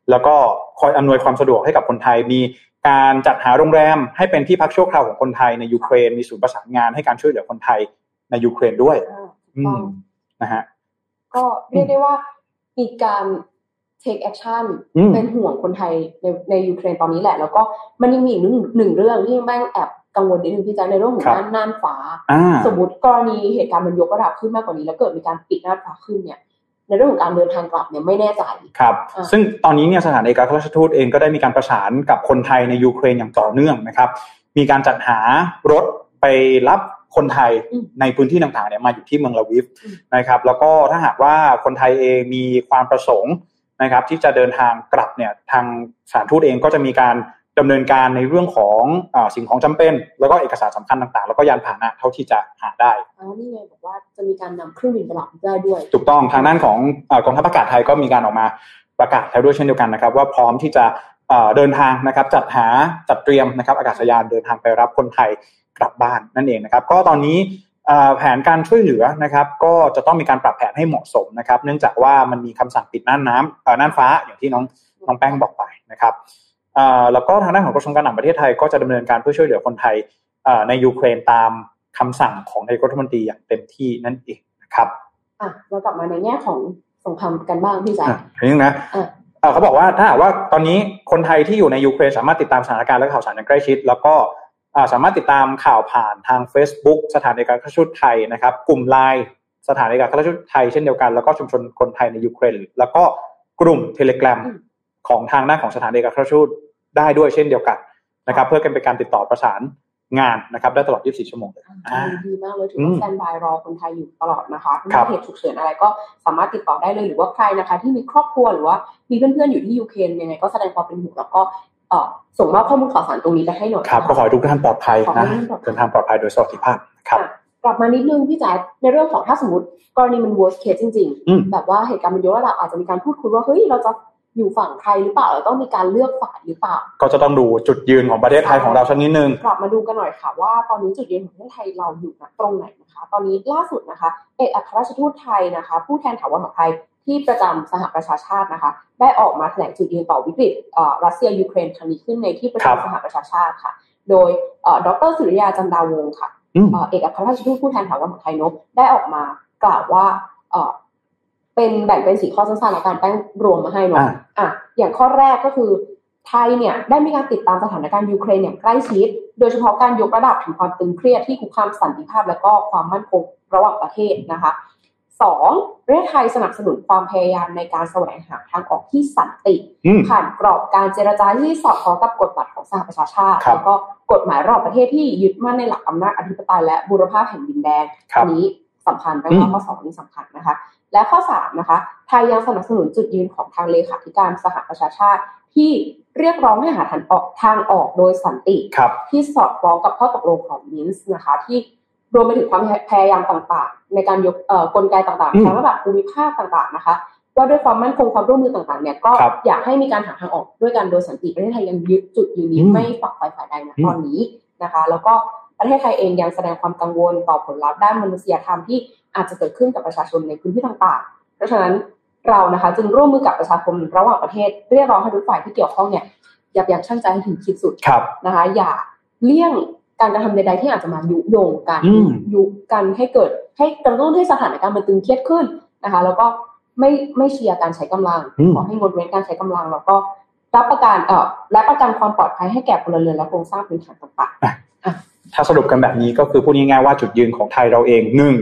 แล้วก็คอยอำนวยความสะดวกให้กับคนไทยมีการจัดหาโรงแรมให้เป็นที่พักชั่วคราวของคนไทยในยูเครนมีศูนย์ประสานงานให้การช่วยเหลือคนไทยในยูเครนด้วยนะฮะก็เรียกได้ว่ามีการ take action เป็นห่วงคนไทยในยูเครนตอนนี้แหละแล้วก็มันยังมีอีกหนึ่งเรื่องที่แม่งแอบกังวลนิดนึงพี่แจ๊คในเรื่องของน่านฟ้าสมมติกรณีเหตุการณ์มันยกระดับขึ้นมากกว่านี้แล้วเกิดมีการปิดน่านฟ้าขึ้นเนี่ยในเรื่องของการเดินทางกลับเนี่ยไม่แน่ใจครับซึ่งตอนนี้เนี่ยสถานเอกอัครราชทูตเองก็ได้มีการประสานกับคนไทยในยูเครนอย่างต่อเนื่องนะครับมีการจัดหารถไปรับคนไทยในพื้นที่ต่างๆเนี่ยมาอยู่ที่เมืองลาวิฟนะครับแล้วก็ถ้าหากว่าคนไทยเองมีความประสงค์นะครับที่จะเดินทางกลับเนี่ยทางสถานทูตเองก็จะมีการดำเนินการในเรื่องของสิ่งของจำเป็นแล้วก็เอกสารสำคัญต่างๆแล้วก็ยานพาหนะเท่าที่จะหาได้นี่ไงบอกว่าจะมีการนำเครื่องบินไปรับได้ด้วยถูกต้องทางด้านของกองทัพอากาศไทยก็มีการออกมาประกาศแล้วด้วยเช่นเดียวกันนะครับว่าพร้อมที่จะเดินทางนะครับจัดเตรียมนะครับอากาศยานเดินทางไปรับคนไทยกลับบ้านนั่นเองนะครับก็ตอนนี้แผนการช่วยเหลือนะครับก็จะต้องมีการปรับแผนให้เหมาะสมนะครับเนื่องจากว่ามันมีคำสั่งปิดน่านฟ้าอย่างที่น้องแป้งบอกไปนะครับแล้วก็ทางด้านของกระทรวงการต่างประเทศไทยก็จะดำเนินการเพื่อช่วยเหลือคนไทยในยูเครนตามคำสั่งของนายกรัฐมนตรีอย่างเต็มที่นั่นเองนะครับเรากลับมาในแง่ของสงครามกันบ้างพี่จ๋าอย่างนี้นะเขาบอกว่าถ้าหากว่าตอนนี้คนไทยที่อยู่ในยูเครนสามารถติดตามสถานการณ์และข่าวสารอย่างใกล้ชิดแล้วก็สามารถติดตามข่าวผ่านทาง Facebook สถานเอกอัครราชทูตไทยนะครับกลุ่ม LINE สถานเอกอัครราชทูตไทยเช่นเดียวกันแล้วก็ชุมชนคนไทยในยูเครนแล้วก็กลุ่ม Telegram ของทางด้านของสถานเอกอัครราชทูตได้ด้วยเช่นเดียวกันนะครับเพื่อเป็นการติดต่อประสานงานนะครับได้ตลอด24ชั่วโมงเลยดีมากเลยถือว่าสแตนด์บายรอคนไทยอยู่ตลอดนะคะถ้ามีเหตุฉุกเฉินอะไรก็สามารถติดต่อได้เลยหรือว่าใครนะคะที่มีครอบครัวหรือว่ามีเพื่อนๆอยู่ที่ยูเครนยังไงก็แสดงความเป็นห่วงแล้วก็ส่งมอบข้อมูลข่าวสารตรงนี้ไปให้หน่อยครับก็ขอให้ทุกท่านปลอดภัยนะเดินทางปลอดภัยโดยสวัสดิภาพครับกลับมานิดนึงพี่จ๋าในเรื่องของถ้าสมมติกรณีมัน worst case จริงๆแบบว่าเหตุการณ์มันยกระดับอาจจะมีการพูดคุยว่าเฮ้ยเราจะอยู่ฝั่งใครหรือเปล่าเราต้องมีการเลือกฝ่ายหรือเปล่าก็จะต้องดูจุดยืนของประเทศไทยของเราสักนิดนึงกลับมาดูกันหน่อยค่ะว่าตอนนี้จุดยืนของประเทศไทยเราอยู่ตรงไหนนะคะตอนนี้ล่าสุดนะคะเอกอัครราชทูตไทยนะคะผู้แทนถาวรของไทยที่ประจำสหประชาชาตินะคะได้ออกมาแถลงจุดยืนต่อวิกฤตรัสเซียยูเครนครั้งนี้ขึ้นในที่ประชุมสหประชาชาติค่ะโดยดร.สุริยาจันดาวงศ์ค่ะเอกอัครราชทูตผู้แทนถาวรของไทยได้ออกมากล่าวว่าเป็นแบ่งเป็น4ข้อสั้นๆแล้วกันแป้งรวมมาให้เนาะอย่างข้อแรกก็คือไทยเนี่ยได้มีการติดตามสถานการณ์ยูเครนอย่างใกล้ชิดโดยเฉพาะการยกระดับถึงความตึงเครียดที่คุกคามสันติภาพและก็ความมั่นคงระหว่างประเทศนะคะ2ประเทศไทยสนับสนุนความพยายามในการแสวงหาทางออกที่สันติผ่านกรอบการเจรจาที่สอดคล้องกับกฎหมายของสหประชาชาติแล้วก็กฎหมายระหว่างประเทศที่ยึดมั่นในหลักอำนาจอธิปไตยและบูรพาแผ่นดินแดงอันนี้สำคัญแปลว่าข้อ2นี้สำคัญนะคะและข้อ3นะคะไทยยังสนับสนุนจุดยืนของทางเลขาธิการสหประชาชาติที่เรียกร้องให้หาทางออกโดยสันติที่สอดคล้องกับข้อตกลงของมินส์นะคะที่รวมไปถึงความพยายามต่างๆในการยกกลไกต่างๆทั้งระดับภูมิภาคต่างๆนะคะว่าด้วยความมั่นคงความร่วมมือต่างๆเนี่ยก็อยากให้มีการหาทางออกด้วยกันโดยสันติประเทศไทยยังยึดจุดยืนนี้ไม่ฝักใฝ่ฝ่ายใดนะตอนนี้นะคะแล้วก็ประเทศไทยเองยังแสดงความกังวลต่อผลลัพธ์ด้านมนุษยธรรมที่อาจจะเกิดขึ้นกับประชาชนในพื้นที่ต่างๆเพราะฉะนั้นเรานะคะจึงร่วมมือกับประชาชนระหว่างประเทศเรียกร้องให้ทุกฝ่ายที่เกี่ยวข้องเนี่ยยับยั้งชั่งใจให้ถึงขีดสุดนะคะอย่าเลี่ยงการกระทำใดๆที่อาจจะมายุยงกันให้เกิดให้กระตุ้นให้สถานการณ์มันตึงเครียดขึ้นนะคะแล้วก็ไม่เชียร์การใช้กำลังขอให้งดเว้นการใช้กำลังแล้วก็รับประกันและประกันความปลอดภัยให้แก่พลเรือนและโครงสร้างพื้นฐานต่างๆถ้าสรุปกันแบบนี้ก็คือพูดง่ายๆว่าจุดยืนของไทยเราเอง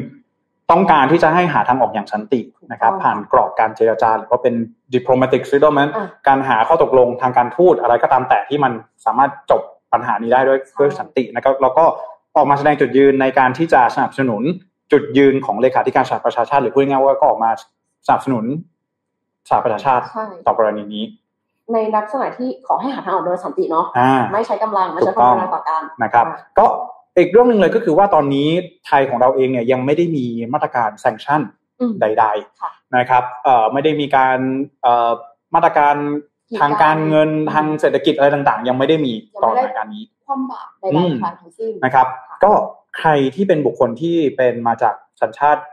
1ต้องการที่จะให้หาทางออกอย่างสันตินะครับผ่านกรอบการเจรจาหรือว่าเป็น diplomatic settlement การหาข้อตกลงทางการทูตอะไรก็ตามแต่ที่มันสามารถจบปัญหานี้ได้ด้วยสันตินะครับแล้วก็ออกมาแสดงจุดยืนในการที่จะสนับสนุนจุดยืนของเลขาธิการสหประชาชาติหรือพูดง่ายๆว่าก็ออกมาสนับสนุนสหประชาชาติต่อกรณีนี้ในลักษณะที่ขอให้หาทางออกโดยสันติเนาะไม่ใช้กำลังไม่ใช้ความรุนแรงต่อกันนะครับก็อีกเรื่องนึงเลยก็คือว่าตอนนี้ไทยของเราเองเนี่ยยังไม่ได้มีมาตรการแซงชั่นใดๆนะครับไม่ได้มีการมาตรการทางการเงินทางเศรษฐกิจอะไรต่างๆยังไม่ได้มีต่อสถานการณ์นี้ความบาปใดๆทั้งสิ้นนะครับก็ใครที่เป็นบุคคลที่เป็นมาจากสัญชาติ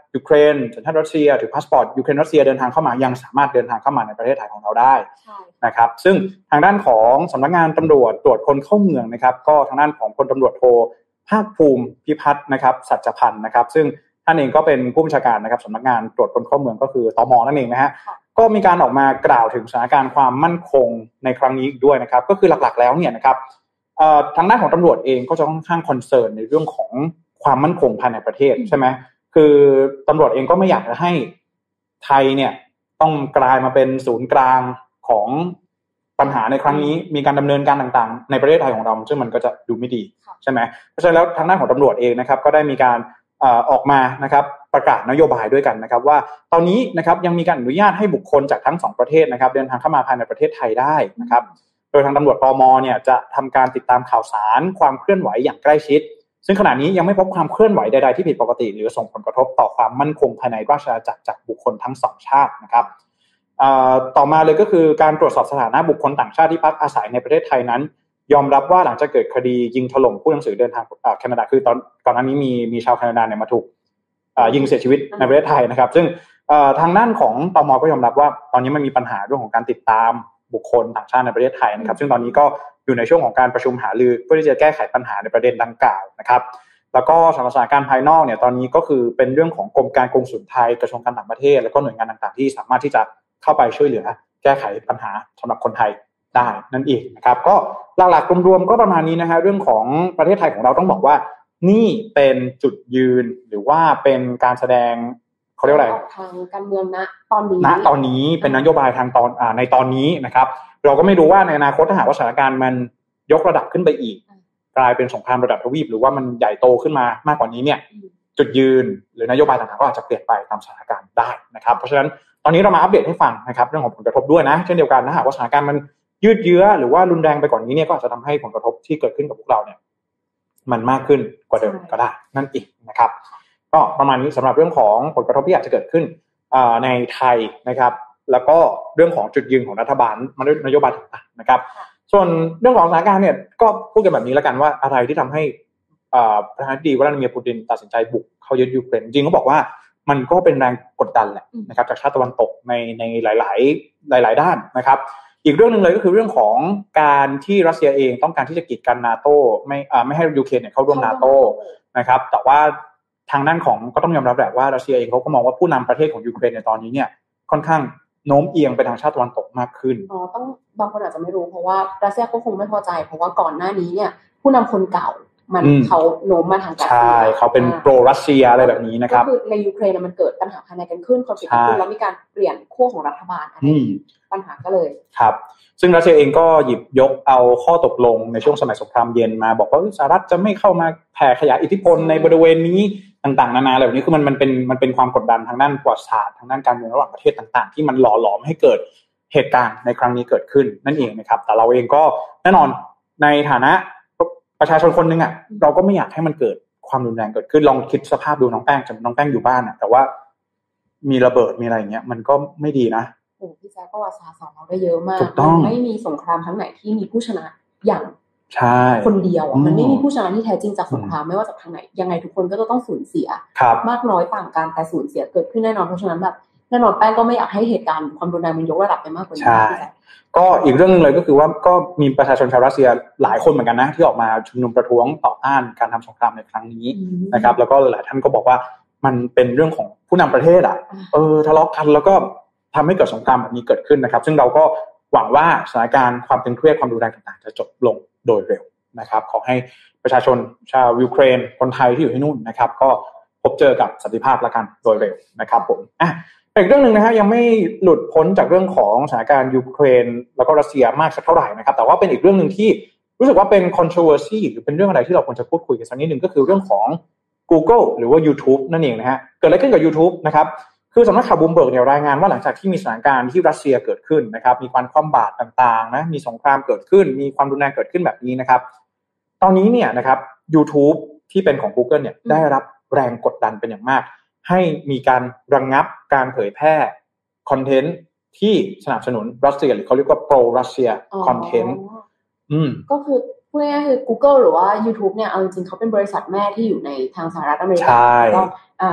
ยูเครนสัญชาติรัสเซียถือพาสปอร์ตยูเครนรัสเซียเดินทางเข้ามายังสามารถเดินทางเข้ามาในประเทศไทยของเราได้นะครับซึ่งทางด้านของสำนักงานตำรวจตรวจคนเข้าเมืองนะครับก็ทางด้านของพลตำรวจโทภาคภูมิพิพัฒน์นะครับสัจพันธ์นะครับซึ่งท่านเองก็เป็นผู้บัญชาการนะครับสำนักงานตรวจคนเข้าเมืองก็คือตม.นั่นเองนะฮะก็มีการออกมากล่าวถึงสถานการณ์ความมั่นคงในครั้งนี้ด้วยนะครับก็คือหลักๆแล้วเนี่ยนะครับทางด้านของตำรวจเองก็จะค่อนข้างคอนเซิร์นในเรื่องของความมั่นคงภายในประเทศใช่ไหมคือตำรวจเองก็ไม่อยากจะให้ไทยเนี่ยต้องกลายมาเป็นศูนย์กลางของปัญหาในครั้งนี้มีการดำเนินการต่างๆในประเทศไทยของเราซึ่งมันก็จะดูไม่ดีใช่ไหมเพราะฉะนั้นแล้วทางด้านของตำรวจเองนะครับก็ได้มีการออกมานะครับประกาศนโยบายด้วยกันนะครับว่าตอนนี้นะครับยังมีการอนุญาตให้บุคคลจากทั้ง2ประเทศนะครับเดินทางเข้ามาภายในประเทศไทยได้นะครับโดยทางตำรวจตม.เนี่ยจะทำการติดตามข่าวสารความเคลื่อนไหวอย่างใกล้ชิดซึ่งขณะนี้ยังไม่พบความเคลื่อนไหวใดๆที่ผิดปกติหรือส่งผลกระทบต่อความมั่นคงภายในราชอาณาจักรจากบุคคลทั้ง2ชาตินะครับต่อมาเลยก็คือการตรวจสอบสถานะบุคคลต่างชาติที่พักอาศัยในประเทศไทยนั้นยอมรับว่าหลังจากเกิดคดียิงถล่มผู้หนังสือเดินทางแคนาดาคือก่อนหน้านี้มีชาวแคนาดาเนี่ยมาถูกยิงเสียชีวิตในประเทศไทยนะครับซึ่งทางด้านของตม.ก็ยอมรับว่าตอนนี้มันมีปัญหาเรื่องของการติดตามบุคคลต่างชาติในประเทศไทยนะครับซึ่งตอนนี้ก็อยู่ในช่วงของการประชุมหารือเพื่อที่จะแก้ไขปัญหาในประเด็นดังกล่าวนะครับแล้วก็สถานการณ์ภายนอกเนี่ยตอนนี้ก็คือเป็นเรื่องของกรมการกงสุลไทยกระทรวงการต่างประเทศแล้วก็หน่วยงานต่างๆที่สามารถที่จะเข้าไปช่วยเหลือแก้ไขปัญหาสำหรับคนไทยได้นั่นเองนะครับก็หลักๆรวมๆก็ประมาณนี้นะฮะเรื่องของประเทศไทยของเราต้องบอกว่านี่เป็นจุดยืนหรือว่าเป็นการแสดงเขาเรียกว่าอะไรทางการเมืองณตอนนี้เป็นนโยบายทางในตอนนี้นะครับเราก็ไม่รู้ว่าในอนาคตถ้าหากว่าสถานการณ์มันยกระดับขึ้นไปอีกกลายเป็นสงครามระดับทวีปหรือว่ามันใหญ่โตขึ้นมามากกว่านี้เนี่ยจุดยืนหรือนโยบายต่างๆก็อาจจะเปลี่ยนไปตามสถานการณ์ได้นะครับเพราะฉะนั้นตอนนี้เรามาอัปเดตให้ฟังนะครับเรื่องของผลกระทบด้วยนะเช่นเดียวกันถ้าหากว่าสถานการณ์มันยืดเยื้อหรือว่ารุนแรงไปกว่านี้เนี่ยก็อาจจะทำให้ผลกระทบที่เกิดขึ้นกับพวกเราเนี่ยมันมากขึ้นกว่าเดิมก็ได้นั่นเองนะครับก็ประมาณนี้สำหรับเรื่องของผลกระทบที่อาจจะเกิดขึ้นในไทยนะครับแล้วก็เรื่องของจุดยืนของรัฐบาลมาด้วยนโยบายต่างๆนะครับส่วนเรื่องของสถานการณ์เนี่ยก็พูดกันแบบนี้แล้วกันว่าอะไรที่ทำให้ประธานาธิบดีวลาดิเมียร์ปูตินตัดสินใจบุกเข้ายึดยูเครนจริงเขาบอกว่ามันก็เป็นแรงกดดันแหละนะครับจากชาติตะวันตกในหลายด้านนะครับอีกเรื่องนึงเลยก็คือเรื่องของการที่รัสเซียเองต้องการที่จะกีดกันนาโต้ไม่ให้ยูเครนเนี่ยเข้าร่วมนาโต้นะครับแต่ว่าทางด้านของก็ต้องยอมรับแหละว่ารัสเซียเองเขาก็มองว่าผู้นำประเทศของยูเครนในตอนนี้เนี่ยค่อนข้างโน้มเอียงไปทางชาติตะวันตกมากขึ้นต้องบางคนอาจจะไม่รู้เพราะว่ารัสเซียก็คงไม่พอใจเพราะว่าก่อนหน้านี้เนี่ยผู้นำคนเก่ามันเขาโน้มมาทางรัสเซียใช่เขาเป็นโปรรัสเซียอะไรแบบนี้นะครับก็คือในยูเครนมันเกิดปัญหาภายในกันขึ้นคอนฟลิกต์ขึ้นแล้วมีการเปลี่ยนขั้วของรัฐบาลอะไรปัญหาก็เลยครับซึ่งรัสเซียเองก็หยิบยกเอาข้อตกลงในช่วงสมัยสงครามเย็นมาบอกว่าสหรัฐจะไม่เข้ามาแผ่ขยายอิทธิพลในบริเวณนี้ต่างๆนานาเหล่านี้คือมันเป็นความกดดันทางด้านประวัติศาสตร์ทางด้านการเมืองระหว่างประเทศต่างๆที่มันหล่อหลอมให้เกิดเหตุการณ์ในครั้งนี้เกิดขึ้นนั่นเองนะครับแต่เราเองก็แน่นอนในฐานะประชาชนคนนึงอ่ะเราก็ไม่อยากให้มันเกิดความรุนแรงเกิดขึ้นลองคิดสภาพดูน้องแป้งอยู่บ้านอ่ะแต่ว่ามีระเบิดมีอะไรอย่างเงี้ยมันก็ไม่ดีนะโอ้พี่แจ๊คประวัติศาสตร์สอนเราได้เยอะมากมันไม่มีสงครามครั้งไหนที่มีผู้ชนะอย่างคนเดียวมันไม่มีผู้ชนะที่แท้จริงจากสงครามไม่ว่าจากทางไหนยังไงทุกคนก็จะต้องสูญเสียมากน้อยต่างกันแต่สูญเสียเกิดขึ้นแน่นอนเพราะฉะนั้นแบบแน่นอนแป้งก็ไม่อยากให้เหตุการณ์ความรุนแรงมันยกระดับไปมากกว่านี้ก็อีกเรื่องนึงเลยก็คือว่าก็มีประชาชนชาวรัสเซียหลายคนเหมือนกันนะที่ออกมาชุมนุมประท้วงต่อต้านการทำสงครามในครั้งนี้นะครับแล้วก็หลายท่านก็บอกว่ามันเป็นเรื่องของผู้นำประเทศทะเลาะกันแล้วก็ทำให้เกิดสงครามแบบนี้เกิดขึ้นนะครับซึ่งเราก็หวังว่าสถานการณ์ความตึงเครียดความรุนแรงต่างๆจะจบลงโดยเร็วนะครับขอให้ประชาชนชาวยูเครนคนไทยที่อยู่ที่นู่นนะครับก็พบเจอกับสันติภาพละกันโดยเร็วนะครับผมอีกเรื่องนึงนะฮะยังไม่หลุดพ้นจากเรื่องของสถานการณ์ยูเครนแล้วก็รัสเซียมากสักเท่าไหร่นะครับแต่ว่าเป็นอีกเรื่องนึงที่รู้สึกว่าเป็น controversy หรือเป็นเรื่องอะไรที่เราควรจะพูดคุยกันสักนิดนึงก็คือเรื่องของ Google หรือว่า YouTube นั่นเองนะฮะเกิดอะไรขึ้นกับ YouTube นะครับคือสำนักข่าวบูมเบิร์กเนี่ยรายงานว่าหลังจากที่มีสถานการณ์ที่รัสเซียเกิดขึ้นนะครับมีการคว่ำบาตรต่างๆนะมีสงครามเกิดขึ้นมีความรุนแรงเกิดขึ้นแบบนี้นะครับตอนนี้เนี่ยนะครับ YouTube ที่เป็นของ Google เนี่ยได้รับแรงกดดันเป็นอย่างมากให้มีการระงับการเผยแพร่คอนเทนต์ที่สนับสนุนรัสเซียหรือเขาเรียกว่าโปรรัสเซียคอนเทนต์ก็คือพูดง่ายๆคือ Google หรือว่า YouTube เนี่ยเอาจริงๆเขาเป็นบริษัทแม่ที่อยู่ในทางสหรัฐอเมริกาก็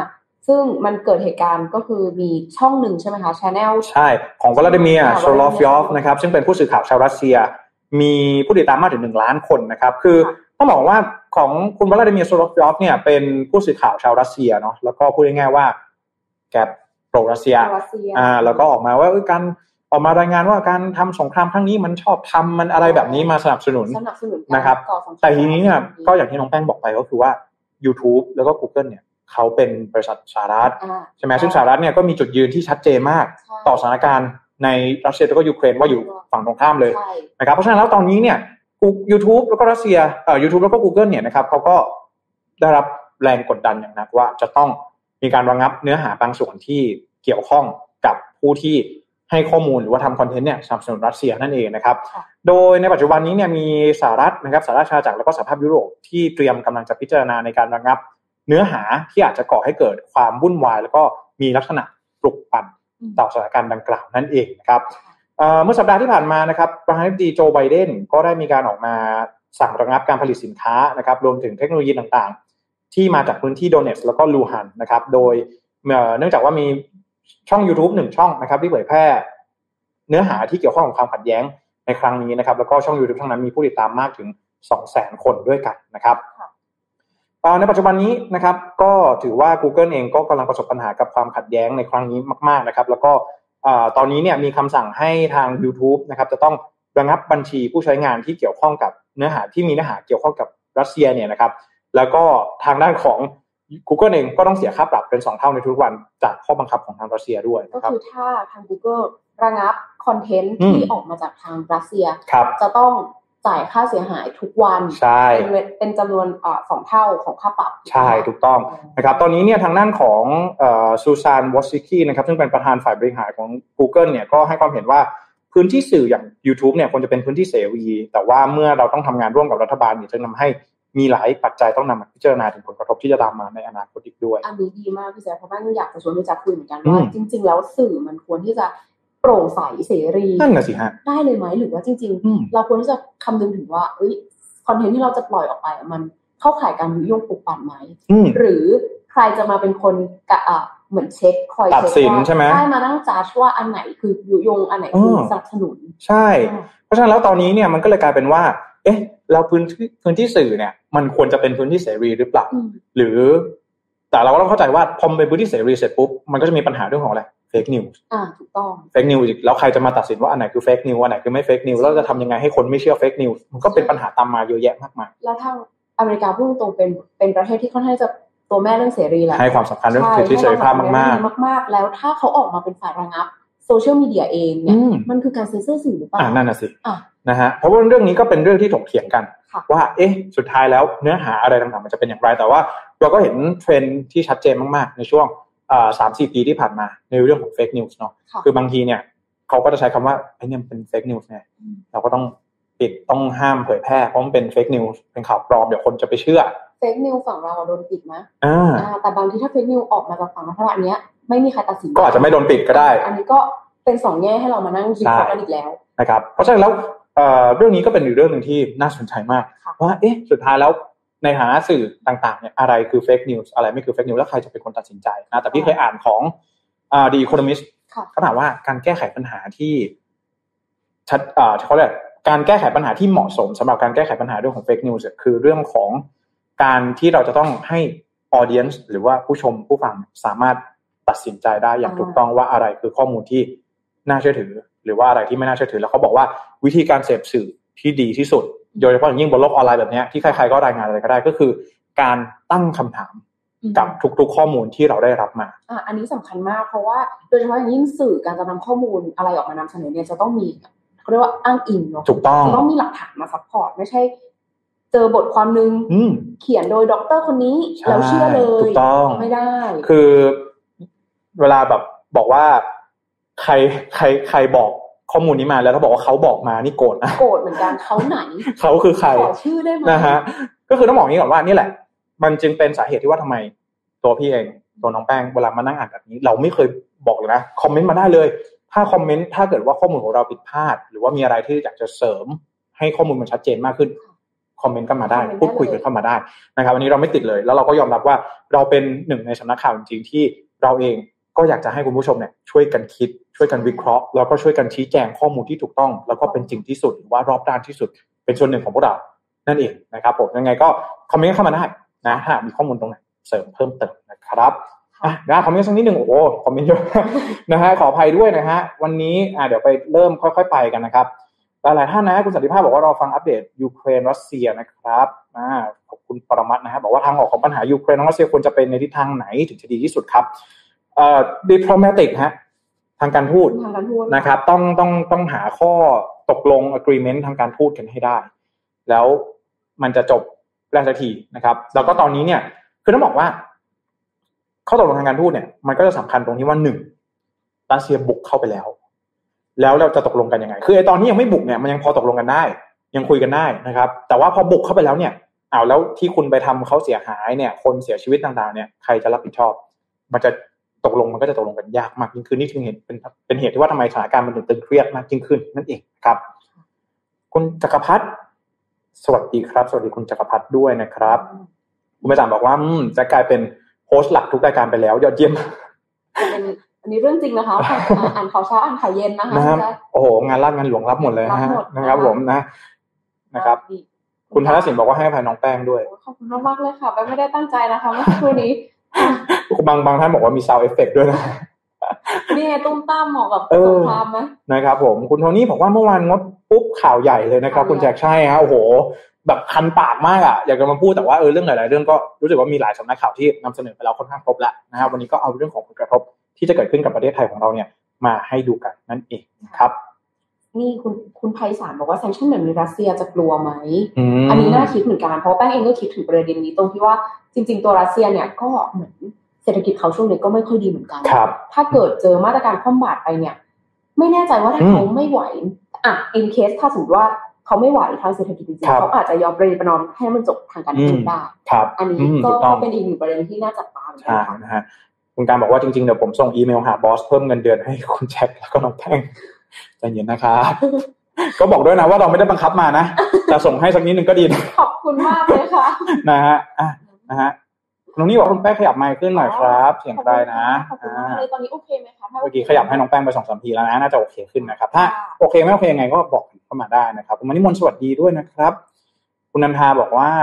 ซึ่งมันเกิดเหตุการณ์ก็คือมีช่องหนึ่งใช่ไหมคะ Channel ใช่ของวลาดิเมียร์โซโลฟยอฟนะครับซึ่งเป็นผู้สื่อข่าวชาวรัสเซียมีผู้ติดตามมากถึง1 ล้านคนนะครับคือต้องบอกว่าของคุณวลาดิเมียร์โซโลฟยอฟเนี่ยเป็นผู้สื่อข่าวชาวรัสเซียเนาะแล้วก็พูดง่ายๆว่าแกโปรรัสเซียแล้วก็ออกมาว่าการออกมารายงานว่าการทำสงครามครั้งนี้มันชอบทำมันอะไรแบบนี้มาสนับสนุนนะครับแต่ทีนี้เนี่ยก็อย่างที่น้องแป้งบอกไปก็คือว่า YouTube แล้วก็ Google เนี่ยเขาเป็นบริษัทสหรัฐใช่ไหมซึ่งสหรัฐเนี่ยก็มีจุดยืนที่ชัดเจนมากต่อสถานการณ์ในรัสเซียแล้วก็ยูเครนว่าอยู่ฝั่งตรงข้ามเลยนะครับเพราะฉะนั้นแล้วตอนนี้เนี่ย YouTube แล้วก็รัสเซียYouTube แล้วก็ Google เนี่ยนะครับเขาก็ได้รับแรงกดดันอย่างหนักว่าจะต้องมีการระงับเนื้อหาบางส่วนที่เกี่ยวข้องกับผู้ที่ให้ข้อมูลหรือว่าทำคอนเทนต์เนี่ยสนับสนุนรัสเซียนั่นเองนะครับโดยในปัจจุบันนี้เนี่ยมีสหรัฐนะครับสหราชอาณาจักรแล้วก็สหภาพยุโรปที่เตรียมกำลังจะพิจารณาในการระงับเนื้อหาที่อาจจะก่อให้เกิดความวุ่นวายแล้วก็มีลักษณะปลุกปั่นต่อสถานการณ์ดังกล่าวนั่นเองนะครับเมื่อสัปดาห์ที่ผ่านมานะครับประธานาธิบดีโจไบเดนก็ได้มีการออกมาสั่งระงับการผลิตสินค้านะครับรวมถึงเทคโนโลยีต่างๆที่มาจากพื้นที่โดเนตส์แล้วก็ลูฮันนะครับโดยเนื่องจากว่ามีช่อง YouTube 1 ช่องนะครับที่เผยแพร่เนื้อหาที่เกี่ยวข้องกับความขัดแย้งในครั้งนี้นะครับแล้วก็ช่อง YouTube ทั้งนั้นมีผู้ติดตามมากถึง 200,000 คนด้วยกันนะครับในปัจจุบันนี้นะครับก็ถือว่า Google เองก็กำลังประสบปัญหากับความขัดแย้งในครั้งนี้มากๆนะครับแล้วก็ตอนนี้เนี่ยมีคำสั่งให้ทาง YouTube นะครับจะต้องระงับบัญชีผู้ใช้งานที่เกี่ยวข้องกับเนื้อหาที่มีเนื้อหาเกี่ยวข้องกับรัสเซียเนี่ยนะครับแล้วก็ทางด้านของ Google เองก็ต้องเสียค่าปรับเป็น2 เท่าในทุกวันจากข้อบังคับของทางรัสเซียด้วยก็คือถ้าทาง Google ระงับคอนเทนต์ที่ออกมาจากทางรัสเซียจะต้องจ่ายค่าเสียหายทุกวันเป็นจำนวน2 เท่าของค่าปรับใช่ถูกต้องนะครับตอนนี้เนี่ยทางด้านของซูซานวอสซิกี้นะครับซึ่งเป็นประธานฝ่ายบริหารของ Google เนี่ยก็ให้ความเห็นว่าพื้นที่สื่ออย่าง YouTube เนี่ยควรจะเป็นพื้นที่เสรีแต่ว่าเมื่อเราต้องทำงานร่วมกับรัฐบาลเนี่ยจะทำให้มีหลายปัจจัยต้องนำมาพิจารณาถึงผลกระทบที่จะตามมาในอนาคตอีกด้วยอันนี้ดีมากพี่แจ๊คเพราะว่าอยากจะชวนพี่แจ๊คคุยเหมือนกันว่าจริงๆแล้วสื่อมันควรที่จะโปร่งใสเสรีนั่นน่ะสิฮะได้เลยไหมหรือว่าจริงๆเราควรที่จะคำนึงถึงว่าคอนเทนต์ที่เราจะปล่อยออกไปมันเข้าข่ายการยุยงปลุกปั่นไหมหรือใครจะมาเป็นคนเหมือนเช็คคอยตัดสินใช่ไหมใช่มานั่งจัดว่าอันไหนคือยุยงอันไหนคือสนับสนุนใช่เพราะฉะนั้นแล้วตอนนี้เนี่ยมันก็เลยกลายเป็นว่าเราพื้นที่สื่อเนี่ยมันควรจะเป็นพื้นที่เสรีหรือเปล่าหรือแต่เราก็ต้องเข้าใจว่าพอเป็นพื้นที่เสรีเสร็จปุ๊บมันก็จะมีปัญหาเรื่องของอะไรเฟกนิวส์ถูกต้องเฟกนิวส์แล้วใครจะมาตัดสินว่าอันไหนคือเฟกนิวส์อันไหนคือไม่เฟกนิวส์แล้วจะทำยังไงให้คนไม่เชื่อเฟกนิวส์มันก็เป็นปัญหาตามมาเยอะแยะมากมายแล้วทางอเมริกาพูดตรงเป็นประเทศที่ค่อนข้างจะตัวแม่เรื่องเสรีแหละให้ความสำคัญเรื่องสิทธิเสรีภาพมากๆแล้วถ้าเขาออกมาเป็นฝ่ายระงับโซเชียลมีเดียเองเนี่ยมันคือการเซ็นเซอร์สื่อหรือเปล่านั่นน่ะสินะฮะเพราะว่าเรื่องนี้ก็เป็นเรื่องที่ถกเถียงกันว่าสุดท้ายแล้วเนื้อหาอะไรต่างๆมันจะเป็นอย่างไรแต่ว่าเราก็เห็นเทรนด์ที่ชัดเจนมากๆในช่วง3-4 ปีที่ผ่านมาในเรื่องของเฟกนิวส์เนาะคือบางทีเนี่ยเขาก็จะใช้คำว่าไอ้นี่เป็นเฟกนิวส์ไงเราก็ต้องปิดต้องห้ามเผยแพร่เพราะมันเป็นเฟกนิวส์เป็นข่าวปลอมเดี๋ยวคนจะไปเชื่อเฟกนิวส์ฝั่งเราโดนปิดนะแต่บางทีถ้าเฟกนิวส์ออกมาจากฝั่งรัฐบาลเนี้ยไม่มีใครตัดสินก็อาจจะไม่โดนปิดก็ได้อันนี้ก็เป็น2 แง่ให้เรามานั่งคิดกันอีกแล้วนะครับเพราะฉะนั้นแล้วเรื่องนี้ก็เป็นอีกเรื่องนึงที่น่าสนใจมากว่าสุดท้ายแล้วในฐานะสื่อต่างๆเนี่ยอะไรคือเฟกนิวส์อะไรไม่คือเฟกนิวส์แล้วใครจะเป็นคนตัดสินใจนะแต่พี่เคยอ่านของThe Economist เขาถามว่าการแก้ไขปัญหาที่ชัดเขาเรียกการแก้ไขปัญหาที่เหมาะสมสำหรับการแก้ไขปัญหาเรื่องของเฟกนิวส์คือเรื่องของการที่เราจะต้องให้ audience หรือว่าผู้ชมผู้ฟังสามารถตัดสินใจได้อย่างถูกต้องว่าอะไรคือข้อมูลที่น่าเชื่อถือหรือว่าอะไรที่ไม่น่าเชื่อถือแล้วเขาบอกว่าวิธีการเสพสื่อที่ดีที่สุดโดยเฉพาะอย่างยิ่งบนโลกออนไลน์แบบนี้ที่ใครๆก็รายงานอะไรก็ได้ก็คือการตั้งคำถามกับทุกๆข้อมูลที่เราได้รับมาอันนี้สำคัญมากเพราะว่าโดยเฉพาะอย่างยิ่งสื่อการจะนำข้อมูลอะไรออกมานำเสนอเนี่ยจะต้องมีเขาเรียกว่าอ้างอิงเนาะถูกต้องต้องมีหลักฐานมาซัพพอร์ตไม่ใช่เจอบทความนึงเขียนโดยด็อกเตอร์คนนี้แล้วเชื่อเลยถูกต้องไม่ได้คือเวลาแบบบอกว่าใครบอกข้อมูลนี้มาแล้วเขาบอกว่าเขาบอกมานี่โกรธนะโกรธเหมือนกันเขาไหนเขาคือใครขอชื่อได้ไหมนะฮะก็คือต้องบอกนี้ก่อนว่านี่แหละมันจึงเป็นสาเหตุที่ว่าทำไมตัวพี่เองตัวน้องแป้งเวลามานั่งอ่านแบบนี้เราไม่เคยบอกเลยนะคอมเมนต์มาได้เลยถ้าคอมเมนต์ถ้าเกิดว่าข้อมูลของเราผิดพลาดหรือว่ามีอะไรที่อยากจะเสริมให้ข้อมูลมันชัดเจนมากขึ้นคอมเมนต์กันมาได้พูดคุยกันเข้ามาได้นะครับวันนี้เราไม่ติดเลยแล้วเราก็ยอมรับว่าเราเป็นหนึ่งในสำนักข่าวจริงๆที่เราเองก็อยากจะให้คุณผู้ชมเนี่ยช่วยกันคิดช่วยกันวิเคราะห์แล้วก็ช่วยกันชี้แจงข้อมูลที่ถูกต้องแล้วก็เป็นจริงที่สุดหรือว่ารอบด้านที่สุดเป็นส่วนหนึ่งของพวกเรานั่นเองนะครับผมยังไงก็คอมเมนต์เข้ามาได้นะถ้ามีข้อมูลตรงไหนเสริมเพิ่มเติมนะครับนะคอมเมนต์สักนิดนึงโอ้โหคอมเมนต์เยอะนะฮะขออภัยด้วยนะฮะวันนี้เดี๋ยวไปเริ่มค่อยๆไปกันนะครับหลายท่านนะคุณสันติภาพบอกว่ารอฟังอัปเดตยูเครนรัสเซียนะครับขอบคุณปรมัตถ์นะฮะบอกว่าทางออกของปัญหายูเครนรัสเซียควรจะเป็นในทิศทางไหนถึงจะดีที่สุดครับdiplomatic ฮะทางการทูตนะครับต้องหาข้อตกลง agreement ทางการทูตกันให้ได้แล้วมันจะจบได้สักทีนะครับแล้วก็ตอนนี้เนี่ยคือต้องบอกว่าข้อตกลงทางการทูตเนี่ยมันก็จะสำคัญตรงที่ว่า1รัสเซียบุกเข้าไปแล้วเราจะตกลงกันยังไงคือไอ้ตอนนี้ยังไม่บุกเนี่ยมันยังพอตกลงกันได้ยังคุยกันได้นะครับแต่ว่าพอบุกเข้าไปแล้วเนี่ยแล้วที่คุณไปทำเขาเสียหายเนี่ยคนเสียชีวิตต่างๆเนี่ยใครจะรับผิดชอบมันก็จะตกลงกันยากมากยิ่งขึ้นนี่ถึงเป็นเหตุที่ว่าทำไมสถานการณ์มันถึงตึงเครียดมากยิ่งขึ้นนั่นเองครับคุณจักรพัฒน์สวัสดีครับสวัสดีคุณจักรพัฒน์ด้วยนะครับคุณประจักษ์บอกว่าจะกลายเป็นโฮสต์หลักทุกรายการไปแล้วยอดเยี่ยมอันนี้เรื่องจริงนะคะอ่านข่าวเช้าอ่านข่าวเย็นนะคะโอ้โหงานราชงานหลวงรับหมดเลยนะครับผมนะครับคุณธนสินบอกว่าให้อภัยน้องแป้งด้วยขอบคุณมากๆเลยค่ะแป้งไม่ได้ตั้งใจนะคะเมื่อครู่นี้บางท่านบอกว่ามีซาวด์เอฟเฟคด้วยนะนี่ตุ้มต้ามเหมาะกับสงครามไหมนะครับผมคุณโทนี่บอกว่าเมื่อวานงดปุ๊บข่าวใหญ่เลยนะครับคุณแจ็คใช่ฮะโอ้โหแบบคันปากมากอ่ะอยากจะมาพูดแต่ว่าเรื่องหลายๆเรื่องก็รู้สึกว่ามีหลายสำนักข่าวที่นำเสนอไปแล้วค่อนข้างครบแล้วนะครับวันนี้ก็เอาเรื่องของผลกระทบที่จะเกิดขึ้นกับประเทศไทยของเราเนี่ยมาให้ดูกันนั่นเองครับนี่คุณไพศาลบอกว่าแซงชั่นแบบนี้รัสเซียจะกลัวไหมอันนี้น่าคิดเหมือนกันเพราะแป้งเองก็คิดถึงประเด็นนี้ตรงที่ว่าจริงๆตัวรัสเซียเนี่ยก็เหมือนเศรษฐกิจเขาช่วงนี้ก็ไม่ค่อยดีเหมือนกันถ้าเกิดเจอมาตรการคว่ำบาตรไปเนี่ยไม่แน่ใจว่าถ้าเขาไม่ไหวin case ถ้าสมมติว่าเขาไม่ไหวทางเศรษฐกิจจริงๆเขาอาจจะยอมประนอมให้มันจบทางการเมืองได้อันนี้ก็เป็นอีกหนึ่งประเด็นที่น่าจับตานะฮะคุณการบอกว่าจริงๆเดี๋ยวผมส่งอีเมลหาบอสเพิ่มเงินเดือนให้คุณแจ็คแล้วก็น้องแป้งใจเย็นนะครับก็บอกด้วยนะว่าเราไม่ได้บังคับมานะแต่ส่งให้สักนิดนึงก็ดีนะขอบคุณมากเลยค่ะนะฮะนะฮะน้องนี่บอกคุณแป้งขยับไมค์ขึ้นหน่อยครับเสียงใครนะตอนนี้โอเคไหมคะเมื่อกี้ขยับให้น้องแป้งไป 2-3 ทีแล้วนะน่าจะโอเคขึ้นนะครับถ้าโอเคไม่โอเคยังไงก็บอกเข้ามาได้นะครับคุณมณิมนต์สวัสดีด้วยนะครับคุณนันทาบอกว่า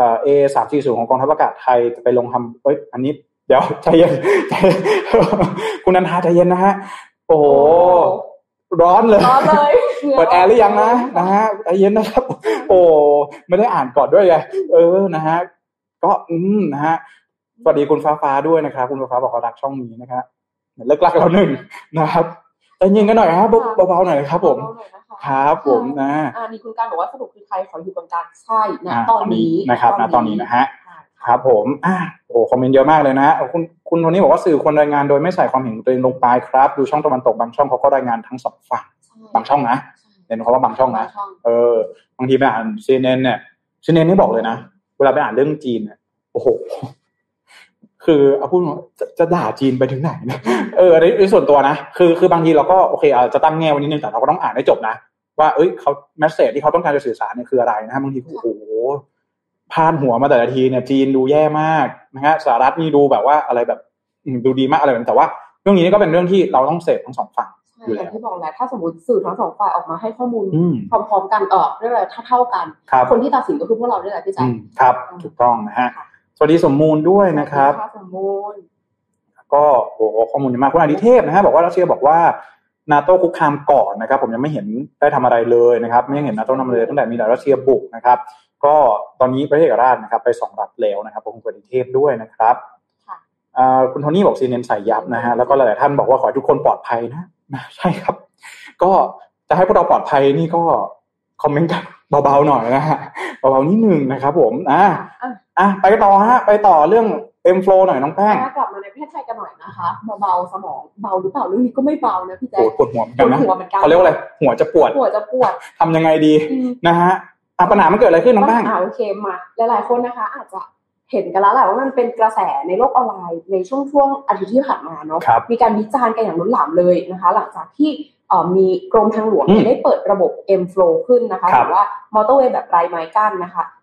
A340ของกองทัพอากาศไทยจะไปลงทำอันนี้เดี๋ยวใจเย็นคุณนันทาใจเย็นนะฮะโอ้โหร้อนเลยเปิดแอร์หรือยังนะฮะใจเย็นนะครับโอ้ไม่ได้อ่านก่อนด้วยไงนะฮะก็นะฮะสวัสดีคุณฟ้าด้วยนะครับคุณฟ้าบอกว่ารักช่องนี้นะครับเลิกรักแล้วหนึ่งนะครับใจเย็นกันหน่อยครับเบาๆหน่อยครับผมครับผมนะมีคุณการบอกว่าสรุปคือใครขออยู่กลางๆใช่นะตอนนี้นะครับตอนนี้นะฮะครับผมโอ้คอมเมนต์เยอะมากเลยนะคุณโทนี่บอกว่าสื่อควรรายงานโดยไม่ใส่ความเห็นตัวเองลงไปครับดูช่องตะวันตกบางช่องเขาก็รายงานทั้งสองฝั่งบางช่องนะเห็นเขาว่าบางช่องนะบางทีไปอ่าน CNN เนี่ย CNN นี่บอกเลยนะเวลาไปอ่านเรื่องจีนเนี่ยโอ้โหคือเอาพูดจะด่าจีนไปถึงไหนนะในส่วนตัวนะคือบางทีเราก็โอเคจะตั้งแง่วันนี้นึงแต่เราก็ต้องอ่านให้จบนะว่าเขาเมสเสจที่เขาต้องการจะสื่อสารเนี่ยคืออะไรนะบางทีโอ้โหพาดหัวมาแต่ละทีเนี่ยจีนดูแย่มากนะฮะสหรัฐนี่ดูแบบว่าอะไรแบบดูดีมากอะไรแบบแต่ว่าเรื่องนี้ก็เป็นเรื่องที่เราต้องเสพทั้งสองฝั่งอยู่แล้วที่บอกแล้วถ้าสมมติสื่อทั้งสองฝ่ายออกมาให้ข้อมูลพร้อมๆกันเรื่องอะไรเท่ากันคนที่ตัดสินก็คือพวกเราด้วยแหละพี่แจ๊คครับถูกต้องนะฮะสวัสดีสมมูลด้วยนะครับสมมูลก็โอ้ข้อมูลเยอะมากคุณอดิเทพนะฮะบอกว่ารัสเซียบอกว่า NATO คุกคามก่อนนะครับผมยังไม่เห็นได้ทำอะไรเลยนะครับไม่เห็น NATO ทำอะไรตั้งแต่มีแต่รัสเซียบุกนะครับก็ตอนนี้ประเทศเอกราชนะครับไป2รัฐแล้วนะครับผมคุณอดิเทพด้วยนะครับคุณโทนี่บอกซีเน้นใส่ยับนะฮะแล้วก็หลายๆท่านบอกว่าขอให้ทุกคนปลอดภัยนะใช่ครับก็จะให้พวกเราปลอดภัยนี่ก็คอมเมนต์กันเบาๆหน่อยนะฮะเบาๆนิดนึงนะครับผมไปต่อฮะไปต่อเรื่องM-Flow หน่อยน้องแป้งกลับมาในประเทศไทยกันหน่อยนะคะเบาๆสมองเบาหรือเปล่าเรื่องนี้ก็ไม่เบานะพี่แจ๊คปวดหัวเหมือนกันนะเขาเรียกว่าอะไรหัวจะปวดทำยังไงดีนะฮะปัญหามันเกิดอะไรขึ้นน้องแป้งโอเคมาหลายๆคนนะคะอาจจะเห็นกันแล้วแหละว่ามันเป็นกระแสในโลกออนไลน์ในช่วงอาทิตย์ที่ผ่านมาเนาะมีการวิจารณ์กันอย่างล้นหลามเลยนะคะหลังจากที่มีกรมทางหลวงได้เปิดระบบ M-Flow ขึ้นนะคะหรือว่ามอเตอร์เวย์แบบไร้ไม้กั้นนะคะ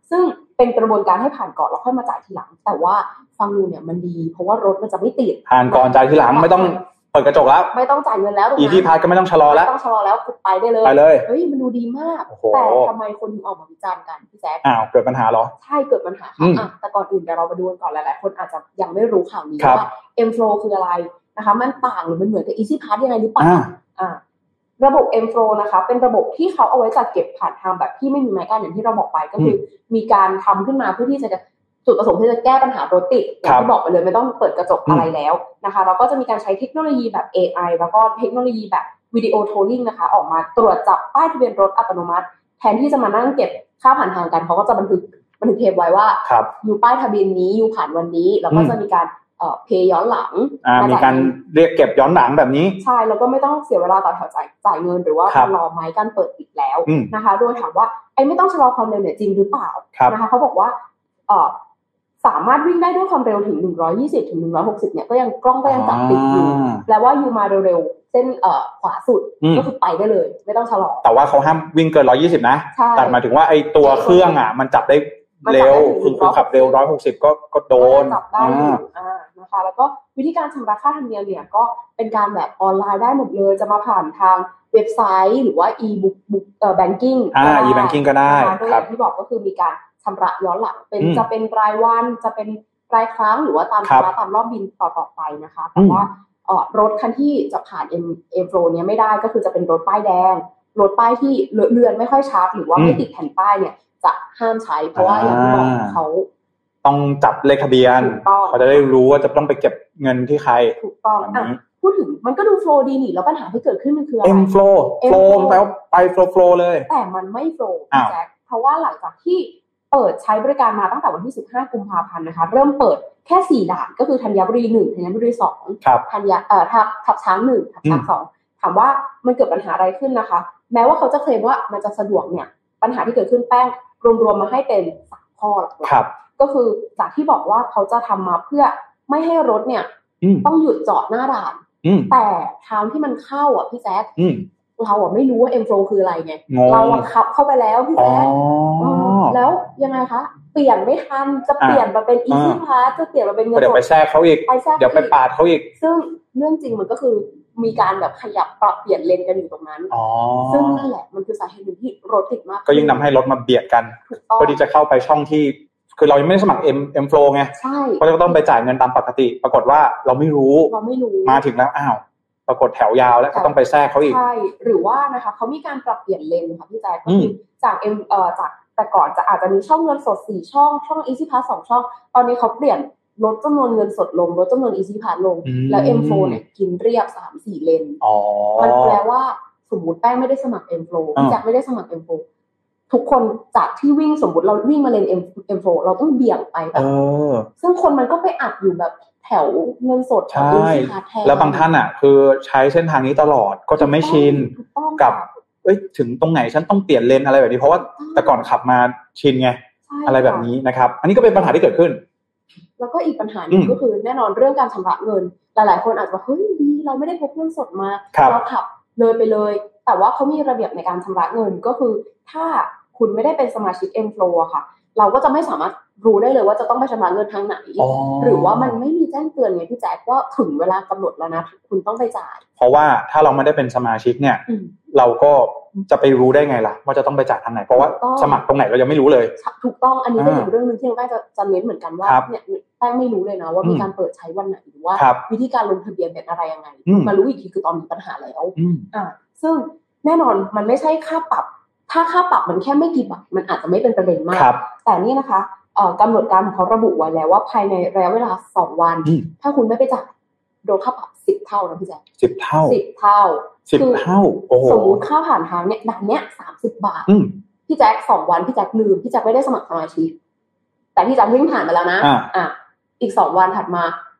ซึ่งเป็นกระบวนการให้ผ่านก่อนแล้วค่อยมาจ่ายทีหลังแต่ว่าฟังดูเนี่ยมันดีเพราะว่ารถมันจะไม่ติดผ่านก่อนจ่ายทีหลังไม่ต้องเปิดกระจกแล้วไม่ต้องจ่ายเงินแล้วอีที่พาสก็ไม่ต้องชะลอแล้วไม่ต้องชะลอแล้วไปได้เลยเฮ้ยมันดูดีมากแต่ทำไมคนถึงออกมาวิจารณ์กันพี่แจ๊คเกิดปัญหาเหรอใช่เกิดปัญหาค่ะแต่ก่อนอื่นเดี๋ยวเรามาดูกันก่อนหลายๆคนอาจจะยังไม่รู้ข่าวนี้ว่า M-Flow คืออะไรนะคะมันต่างหรือมันเหมือนกับ Easy Pass ยังไงหรือเปล่าระบบ M-Flow นะคะเป็นระบบที่เขาเอาไว้จัดเก็บผ่านทางแบบที่ไม่มีไม้กั้นอย่างที่เราบอกไปก็คือมีการทำขึ้นมาเพื่อที่จะจุดประสงค์ที่จะแก้ปัญหารถติดอย่างที่บอกไปเลยไม่ต้องเปิดกระจกอะไรแล้วนะคะเราก็จะมีการใช้เทคโนโลยีแบบ AI แล้วก็เทคโนโลยีแบบวิดีโอโทลลิ่งนะคะออกมาตรวจจับป้ายทะเบียนรถอัตโนมัติแทนที่จะมานั่งเก็บค่าผ่านทางกันเขาก็จะบันทึกเทปไว้ว่าอยู่ป้ายทะเบียนนี้อยู่ผ่านวันนี้แล้วก็จะมีการเพย์ย้อนหลังมีการเรียกเก็บย้อนหลังแบบนี้ใช่แล้วก็ไม่ต้องเสียเวลาต่อแถวจ่ายเงินหรือว่ารอไม้กั้นเปิดอีกแล้วนะคะโดยถามว่าไอ้ไม่ต้องชะลอความเร็วเนี่ยจริงหรือเปล่านะคะเขาบอกว่าสามารถวิ่งได้ด้วยความเร็วถึง120ถึง160เนี่ยก็ยังกล้องก็ยังจับติดอยู่แปลว่าอยู่มาเร็วๆเส้นขวาสุดก็คือไปได้เลยไม่ต้องชะลอแต่ว่าเขาห้ามวิ่งเกิน120นะแต่หมายถึงว่าไอ้ตัวเครื่องมันจับได้เร็วคือขับเร็ว160ก็โดนจับได้นะคะแล้วก็วิธีการชำระค่าธรรมเนียมเนี่ยก็เป็นการแบบออนไลน์ได้หมดเลยจะมาผ่านทางเว็บไซต์หรือว่า e-book banking e-banking ก็ได้โดยอย่างที่บอกก็คือมีการชำระย้อนหลังจะเป็นรายวันจะเป็นรายครั้งหรือว่าตามชำระตามรอบบินต่อไปนะคะแต่ว่ารถคันที่จะผ่าน M-Flow เนี่ยไม่ได้ก็คือจะเป็นรถป้ายแดงรถป้ายที่เรือนไม่ค่อยชัดหรือว่าไม่ติดแผ่นป้ายเนี่ยจะห้ามใช้เพราะว่าอย่างที่บอกเขาต้องจับเลขทะเบียนเขาจะได้รู้ว่าจะต้องไปเก็บเงินที่ใครถูกต้องพูดถึงมันก็ดูโฟล์ดีนี่แล้วปัญหาที่เกิดขึ้นมันคืออะไร M-Flow แล้วไปโฟล์เลยแต่มันไม่โฟล์แจ็คเพราะว่าหลังจากที่เปิดใช้บริการมาตั้งแต่วันที่15กุมภาพันธ์นะคะเริ่มเปิดแค่4ด่านก็คือธัญบุรี1ธัญบุรี2ทับช้าง1ทับช้าง2ถามว่ามันเกิดปัญหาอะไรขึ้นนะคะแม้ว่าเขาจะเคลมว่ามันจะสะดวกเนี่ยปัญหาที่เกิดขึ้นแป้งรวมๆมาให้เป็น3ข้อหลักก็คือจากที่บอกว่าเขาจะทำมาเพื่อไม่ให้รถเนี่ยต้องหยุดจอดหน้าด่านแต่ทางที่มันเข้าพี่แจ๊คเราไม่รู้ว่า M-Flow คืออะไรไงเราขับเข้าไปแล้วพี่แจ๊คแล้วยังไงคะเปลี่ยนไม่ทันจะเปลี่ยนมาเป็น Easy Pass จะเปลี่ยนมาเป็นเงินสดเดี๋ยวไปแทรกเขาอีกเดี๋ยวไปปาดเขาอีกซึ่งเรื่องจริงมันก็คือมีการแบบขยับปรับเปลี่ยนเลนกันอยู่ตรงนั้นซึ่งนั่นแหละมันคือสาเหตุหนึ่งที่รถติดมากก็ยิ่งทำให้รถมาเบียดกันเพื่อที่จะเข้าไปช่องที่คือเรายังไม่ได้สมัคร M-Flow ไงก็จะต้องไปจ่ายเงินตามปกติปรากฏว่าเราไม่รู้มาถึงแล้วปรากฏแถวยาวแล้วก็ต้องไปแทรกเขาอีกใช่หรือว่านะคะเขามีการปรับเปลี่ยนเลนค่ะพี่แจ๊คก็คือจากจากแต่ก่อนจะอาจจะมีช่องเงินสด4ช่อง Easy Pass 2ช่องตอนนี้เขาเปลี่ยนลดจำนวนเงินสดลงลดจำนวน Easy Pass ลงแล้ว M-Flow เนี่ยกินเรียบ 3-4 เลนมันแปลว่าสมมุติแป้งไม่ได้สมัคร M-Flow พี่แจ๊คไม่ได้สมัคร M-Flow ทุกคนจากที่วิ่งสมมุติเราวิ่งมาเลน M-Flow เราต้องเบี่ยงไปแบบซึ่งคนมันก็ไปอัดอยู่แบบแถวเงินสดใช่แล้วบางท่านคือใช้เส้นทางนี้ตลอดก็จะไม่ชินกับถึงตรงไหนฉันต้องเปลี่ยนเลนอะไรแบบนี้เพราะว่าแต่ก่อนขับมาชินไงอะไรแบบนี้นะครับอันนี้ก็เป็นปัญหาที่เกิดขึ้นแล้วก็อีกปัญหาหนึ่งก็คือแน่นอนเรื่องการชำระเงินหลายๆคนอาจจะเฮ้ยดีเราไม่ได้พกเงินสดมาเราขับเลยไปเลยแต่ว่าเขามีระเบียบในการชำระเงินก็คือถ้าคุณไม่ได้เป็นสมาชิก M-Flow อะค่ะเราก็จะไม่สามารถรู้ได้เลยว่าจะต้องไปชำระเงินทางไหนหรือว่ามันไม่มีแจ้งเตือนไงพี่แจ๊คว่าถึงเวลากำหนดแล้วนะคุณต้องไปจ่ายเพราะว่าถ้าเราไม่ได้เป็นสมาชิกเนี่ยเราก็จะไปรู้ได้ไงล่ะว่าจะต้องไปจ่ายทางไหนเพราะว่าสมัครตรงไหนเรายังไม่รู้เลยถูกต้องอันนี้เป็นอีกเรื่องนึงที่เราจะเน้นเหมือนกันว่าเนี่ยแป้งไม่รู้เลยนะว่ามีการเปิดใช้วันไหนหรือว่าวิธีการลงทะเบียนเป็นอะไรยังไงมารู้อีกทีคือตอนมีปัญหาแล้วซึ่งแน่นอนมันไม่ใช่ค่าปรับถ้าค่าปรับมันแค่ไม่กี่บาทมันอาจจะไม่เป็นประเด็นมากแต่นี่นะคะกำหนดการของเขาระบุไว้แล้วว่าภายในระยะเวลา2วันถ้าคุณไม่ไปจ่ายโดนค่าปรับ10 เท่านะพี่แจ๊ค 10 เท่า 10 เท่า 10 เท่าโอ้โหสมมุติค่าผ่านทางเนี่ยด่านเนี้ย30 บาทพี่แจ๊ค2วันพี่แจ๊คลืมพี่แจ๊คไม่ได้สมัครสมาชิกแต่พี่แจ๊ควิ่งผ่านไปแล้วนะอีก2วันถัดมา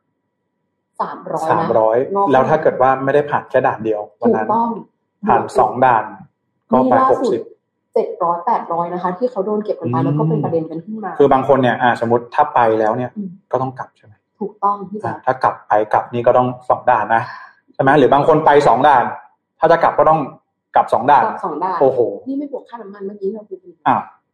300นะ 300แล้วถ้าเกิดว่าไม่ได้ผ่านแค่ด่านเดียววันนั้นผ่าน2ด่านก็ไป60 700-800นะคะที่เขาโดนเก็บกันไปแล้วก็เป็นประเด็นกันขึ้นมาคือบางคนเนี่ยสมมติถ้าไปแล้วเนี่ยก็ต้องกลับใช่ไหมถูกต้องพี่จ๊ะถ้ากลับไปกลับนี่ก็ต้อง2ด่านนะใช่ไหมหรือบางคนไป2ด่านถ้าจะกลับก็ต้องกลับ2ด่าน 2ด่านโอ้โหนี่ไม่บวกค่าน้ำมันเมื่อกี้เราพูด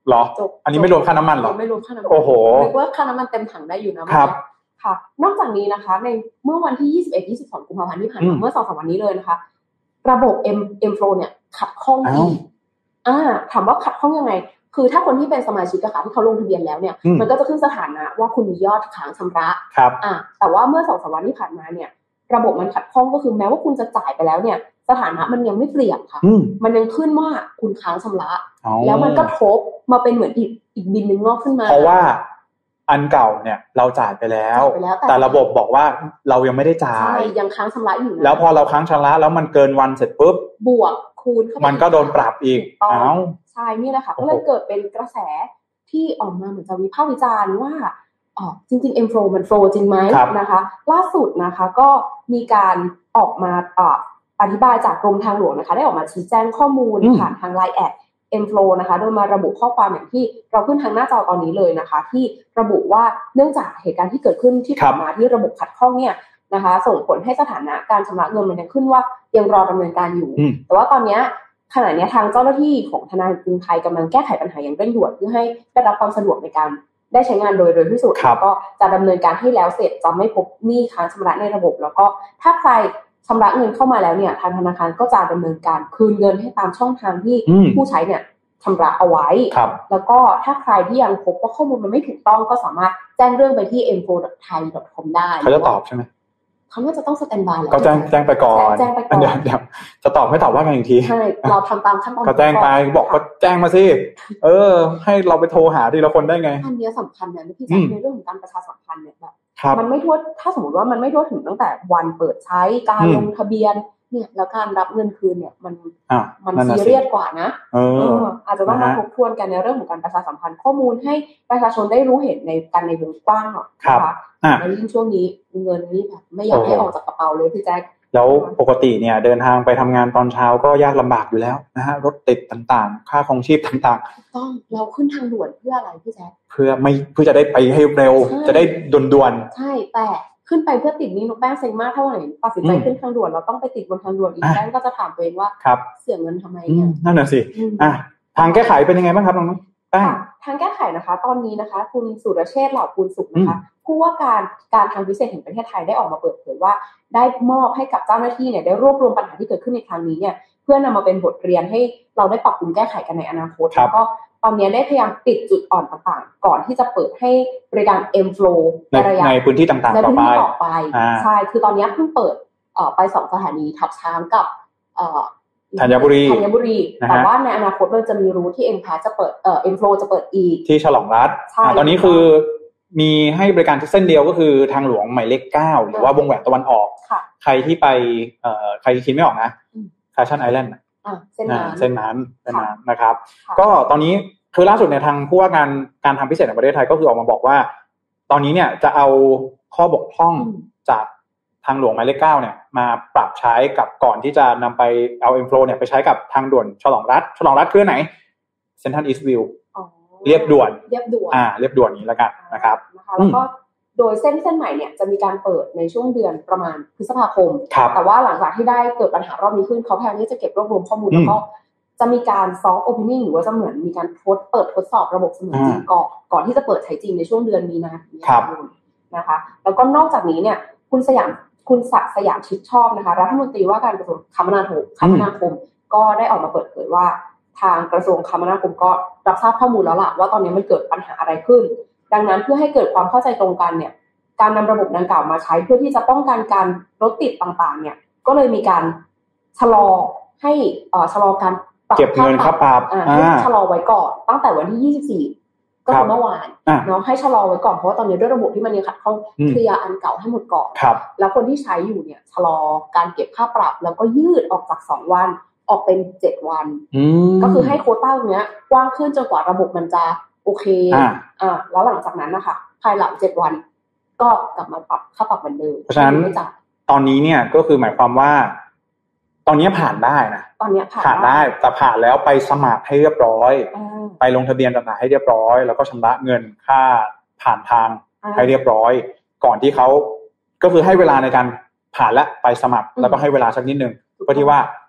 เหรออันนี้ไม่รวมค่าน้ำมันเหรอไม่รวมค่าน้ำมันโอ้โหนึกว่าค่าน้ำมันเต็มถังได้อยู่นะครับค่ะนอกจากนี้นะคะในเมื่อวันที่21-22กุมภาพันธ์ที่ผ่านมาเมื่อ 2-3 วันนี้เลยนะคะระบบ M-Flow เนี่ยขัดข้องอีกถามว่าขัดข้องยังไงคือถ้าคนที่เป็นสมาชิกอะค่ะที่เขาลงทะเบียนแล้วเนี่ยมันก็จะขึ้นสถานะว่าคุณมียอดค้างชำระครับแต่ว่าเมื่อ 2-3 วันที่ผ่านมาเนี่ยระบบมันขัดข้องก็คือแม้ว่าคุณจะจ่ายไปแล้วเนี่ยสถานะมันยังไม่เปลี่ยนค่ะมันยังขึ้นว่าคุณค้างชำระแล้วมันก็ทบมาเป็นเหมือนอีกบินนึงงอกขึ้นมาเพราะว่าอันเก่าเนี่ยเราจ่ายไปแล้วแต่ระบบบอกว่าเรายังไม่ได้จ่ายยังค้างชำระอยู่นะแล้วพอเราค้างชำระแล้วมันเกินวันเสร็จปุ๊บบวกคูณมันก็โดนปรับอีกใช่นี่แหละค่ะก็เลยเกิดเป็นกระแสที่ออกมาเหมือนจะวิพากษ์วิจารณ์ว่าจริงๆ M-Flow มันโฟลว์จริงไหมนะคะล่าสุดนะคะก็มีการออกมาอธิบายจากกรมทางหลวงนะคะได้ออกมาชี้แจงข้อมูลผ่านทาง LINE@ M-Flow นะคะโดยมาระบุข้อความอย่างที่เราขึ้นทางหน้าจอตอนนี้เลยนะคะที่ระบุว่าเนื่องจากเหตุการณ์ที่เกิดขึ้นที่ผ่านมาที่ระบบขัดข้องเนี่ยนะคะส่งผลให้สถานะการชำระเงินมันยังขึ้นว่ายังรอดำเนินการอยู่แต่ว่าตอนนี้ขณะนี้ทางเจ้าหน้าที่ของธนาคารกรุงไทยกำลังแก้ไขปัญหาอย่างเร่งด่วนเพื่อให้ได้รับความสะดวกในการได้ใช้งานโดยเร็วที่สุดแล้วก็จะดำเนินการให้แล้วเสร็จจะไม่พบหนี้ค้างชำระในระบบแล้วก็ถ้าใครชำระเงินเข้ามาแล้วเนี่ยทางธนาคารก็จะดำเนินการคืนเงินให้ตามช่องทางที่ผู้ใช้เนี่ยชำระเอาไว้แล้วก็ถ้าใครที่ยังพบว่าข้อมูลมันไม่ถูกต้องก็สามารถแจ้งเรื่องไปที่ m-flow.thai.com ได้เขาจะตอบใช่ไหมเขาน่าจะต้องสแตนด์บายแล้วก็แจ้งไปก่อนเดี๋ยวจะตอบไม่ตอบว่ากันอีกทีใช่เราทำตามขั้นตอนก็แจ้งไปบอกก็แจ้งมาสิให้เราไปโทรหาทีละคนได้ไงอันนี้สำคัญเนี่ยพี่แจ๊คในเรื่องของการประชาสัมพันธ์เนี่ยแบบมันไม่ทั่วถ้าสมมติว่ามันไม่ทั่วถึงตั้งแต่วันเปิดใช้การลงทะเบียนเนี่ยแล้วการรับเงินคืนเนี่ยมันซีเรียสกว่านะอาจจะต้องมาทบทวนกันในเรื่องของการประชาสัมพันธ์ข้อมูลให้ประชาชนได้รู้เห็นในกันในวงกว้างหน่อยนะคะแล้วยิ่งช่วงนี้เงินนี่แบบไม่อยากให้ออกจากกระเป๋าเลยพี่แจ๊คแล้วปกติเนี่ยเดินทางไปทำงานตอนเช้าก็ยากลำบากอยู่แล้วนะฮะรถติดต่างๆค่าครองชีพต่างๆต้องเราขึ้นทางด่วนเพื่ออะไรพี่แจ๊คเพื่อจะได้ไปให้เร็วจะได้ด่วนๆใช่แต่ขึ้นไปเพื่อติดนี้นกแป้งเซ็งมากเท่าไหร่ตัดสินใจขึ้นทางด่วนเราต้องไปติดบนทางด่วนอีกแป้งก็จะถามตัวเองว่าเสียเงินทำไมเนี่ยนั่นน่ะสิทางแก้ไขเป็นยังไงบ้างครับน้องแป้งทางแก้ไขนะคะตอนนี้นะคะคุณสุรเชษฐ์เหล่าภูลสุขนะคะผู้ว่าการทางพิเศษแห่งประเทศไทยได้ออกมาเปิดเผยว่าได้มอบให้กับเจ้าหน้าที่เนี่ยได้รวบรวมปัญหาที่เกิดขึ้นในครั้งนี้เนี่ยเพื่อนำมาเป็นบทเรียนให้เราได้ปรับปรุงแก้ไขกันในอนาคตแล้วก็ตอนนี้ได้พยายามปิดจุดอ่อนต่างๆก่อนที่จะเปิดให้บริการ M-Flow ในพื้นที่ต่างๆต่อไปใช่คือตอนนี้เพิ่งเปิดไป2สถานีทับช้างกับธัญบุรีแต่ว่าในอนาคตมันจะมีรูทที่ M-Pass จะเปิดM-Flow จะเปิดอีกที่ฉลองรัฐตอนนี้คือมีให้บริการเส้นเดียวก็คือทางหลวงหมายเลข9หรือว่าวงแหวนตะวันออกใครที่ไปใครคิดไม่ออกนะแฟชั่นไอแลนด์เส้นนั้นนะครับก็ตอนนี้คือล่าสุดในทางผู้ว่าการทางพิเศษในประเทศไทยก็คือออกมาบอกว่าตอนนี้เนี่ยจะเอาข้อบกพร่องจากทางหลวงหมายเลข9เนี่ยมาปรับใช้กับก่อนที่จะนำไปเอา M-Flow เนี่ยไปใช้กับทางด่วนฉลองรัฐคือไหนเซ็นทรัลอีสต์วิวเรียบด่วนเรียบด่วนนี้แล้วกันนะครับแล้วก็โดยเส้นใหม่เนี่ยจะมีการเปิดในช่วงเดือนประมาณพฤษภาคมแต่ว่าหลังจากที่ได้เกิดปัญหารอบนี้ขึ้นเขาพยายามที่จะเก็บรวบรวมข้อมูลแล้วก็จะมีการซอฟต์โอเพนนิ่งหรือว่าจะเหมือนมีการเปิดทดสอบระบบเสมือนจริงก่อนที่จะเปิดใช้จริงในช่วงเดือนมีนาคมนะคะแล้วก็นอกจากนี้เนี่ยคุณศักดิ์สยามชิดชอบนะคะรัฐมนตรีว่าการกระทรวงคมนาคมก็ได้ออกมาเปิดเผยว่าทางกระทรวงคมนาคมก็รับทราบข้อมูลแล้วล่ะว่าตอนนี้มันเกิดปัญหาอะไรขึ้นดังนั้นเพื่อให้เกิดความเข้าใจตรงกันเนี่ยการนำระบบดังกล่าวมาใช้เพื่อที่จะป้องกันการรถติดต่างๆเนี่ยก็เลยมีการชะลอให้ชะลอการเก็บเงินค่าปรับให้ชะลอไว้ก่อนตั้งแต่วันที่24ก็คือเมื่อวานเนาะให้ชะลอไว้ก่อนเพราะว่าตอนนี้ด้วยระบบที่มันยังขัดข้องเคลียร์อันเก่าให้หมดก่อนแล้วคนที่ใช้อยู่เนี่ยชะลอการเก็บค่าปรับแล้วก็ยืดออกจาก2วันออกเป็น7วันก็คือให้โควต้าตรงเนี้ยกว้างขึ้นจนกว่าระบบมันจะโอเคแล้วหลังจากนั้นนะคะภายหลัง7วันก็กลับมาปรับค่าปรับเหมือนเดิมเพราะฉะนั้นตอนนี้เนี่ยก็คือหมายความว่าตอนนี้ผ่านได้นะตอนนี้ผ่านได้แต่ผ่านแล้วไปสมัครให้เรียบร้อยไปลงทะเบียนต่างๆให้เรียบร้อยแล้วก็ชำระเงินค่าผ่านทางให้เรียบร้อยก่อนที่เขาก็คือให้เวลาในการผ่านและไปสมัครแล้วก็ให้เวลาสักนิดนึงเพื่อที่ว่า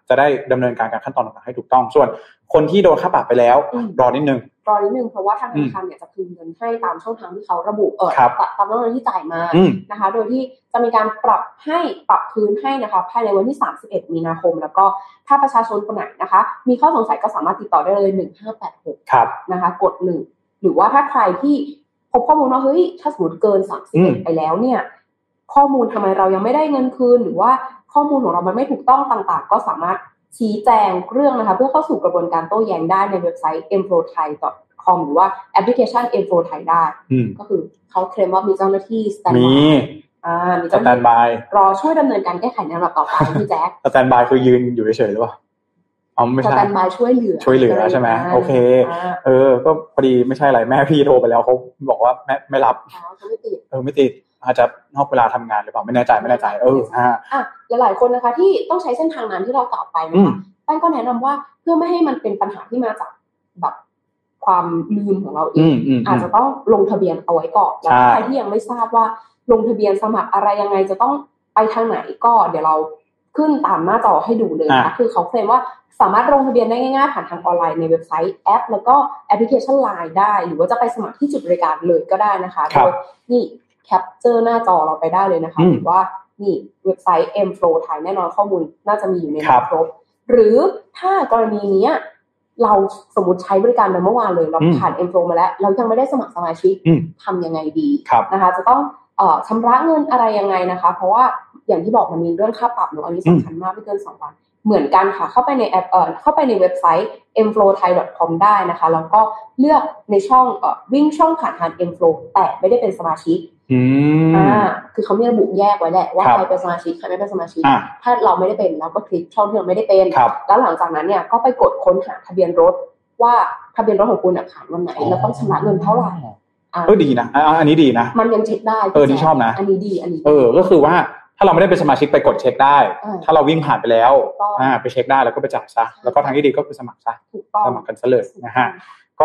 จะได้ดำเนินการขั้นตอนต่างๆให้ถูกต้องส่วนคนที่โดนค่าปรับไปแล้วรอนิดนึงเพราะว่าทางธนาคารเนี่ยจะคืนเงินให้ตามช่องทางที่เขาระบุตามช่องทางที่จ่ายมานะคะโดยที่จะมีการปรับคืนให้นะคะภายในวันที่31มีนาคมแล้วก็ถ้าประชาชนคนไหนนะคะมีข้อสงสัยก็สามารถติดต่อได้เลย1586 ครับนะคะกด1หรือว่าถ้าใครที่พบข้อมูลว่าเฮ้ยถ้าสมมติเกิน31ไปแล้วเนี่ยข้อมูลทำไมเรายังไม่ได้เงินคืนหรือว่าข้อมูลของเรามันไม่ถูกต้องต่างๆก็สามารถชี้แจงเรื่องนะคะเพื่อเข้าสู่กระบวนการโต้แย้งได้ในเว็บไซต์ mflothai.com หรือว่าแอปพลิเคชัน mflothai ได้ก็คือเขาเคลมว่ามีเจ้าหน้าที่สแตนบายมีเจ้าหน้าที่รอช่วยดำเนินการแก้ไขในลำดับต่อไปพี่แจ๊คสแตนบายคือยืนอยู่เฉยๆหรือเปล่าไม่ใช่สแตนบายช่วยเหลือใช่ไหมโอเคก็พอดีไม่ใช่อะไรแม่พี่โทรไปแล้วเขาบอกว่าแม่ไม่รับเขาไม่ติดไม่ติดอาจจะนอกเวลาทำงานหรือเปล่าไม่แน่ใจหลายๆคนนะคะที่ต้องใช้เส้นทางนั้นที่เรากล่าวไปนะคะแป้งก็แนะนำว่าเพื่อไม่ให้มันเป็นปัญหาที่มาจากแบบความลืมของเราเองอาจจะต้องลงทะเบียนเอาไว้ก่อนแล้วใครที่ยังไม่ทราบว่าลงทะเบียนสมัครอะไรยังไงจะต้องไปทางไหนก็เดี๋ยวเราขึ้นตามหน้าจอให้ดูเลยนะคือเขาเคลมว่าสามารถลงทะเบียนได้ง่ายๆผ่านทางออนไลน์ในเว็บไซต์แอปแล้วก็แอปพลิเคชัน LINE ได้หรือว่าจะไปสมัครที่จุดบริการเลยก็ได้นะคะโดยนี่แคปเจอร์หน้าจอเราไปได้เลยนะคะหรือว่านี่เว็บไซต์ mflothai แน่นอนข้อมูลน่าจะมีอยู่ในนั้นครบหรือถ้ากรณีนี้เราสมมติใช้บริการไปเมื่อวานเลยเราผ่าน mflo มาแล้วเรายังไม่ได้สมัครสมาชิกทำยังไงดีนะคะจะต้องชำระเงินอะไรยังไงนะคะเพราะว่าอย่างที่บอกมันมีเรื่องค่าปรับเนอะอันนี้สำคัญมากไม่เกิน2 วันเหมือนกันค่ะเข้าไปในแอปเข้าไปในเว็บไซต์ mflothai.com ได้นะคะแล้วก็เลือกในช่องวิ่งช่องผ่านทาง mflo แต่ไม่ได้เป็นสมาชิกคือเขามีระบุแยกไว้แหละว่าใครเป็นสมาชิกใครไม่เป็นสมาชิกถ้าเราไม่ได้เป็นเราก็คลิกช่องที่เราไม่ได้เป็นแล้วหลังจากนั้นเนี่ยก็ไปกดค้นหาทะเบียนรถว่าทะเบียนรถของคุณผ่านวันไหนแล้วต้องชำระเงินเท่าไหร่ดีนะอันนี้ดีนะมันยังเช็คได้ที่ชอบนะอันนี้ดีก็คือว่าถ้าเราไม่ได้เป็นสมาชิกไปกดเช็คได้ถ้าเราวิ่งผ่านไปแล้วไปเช็คได้แล้วก็ไปจ่ายซะแล้วก็ทางที่ดีก็คือสมัครซะสมัครกันซะเลยนะฮะก็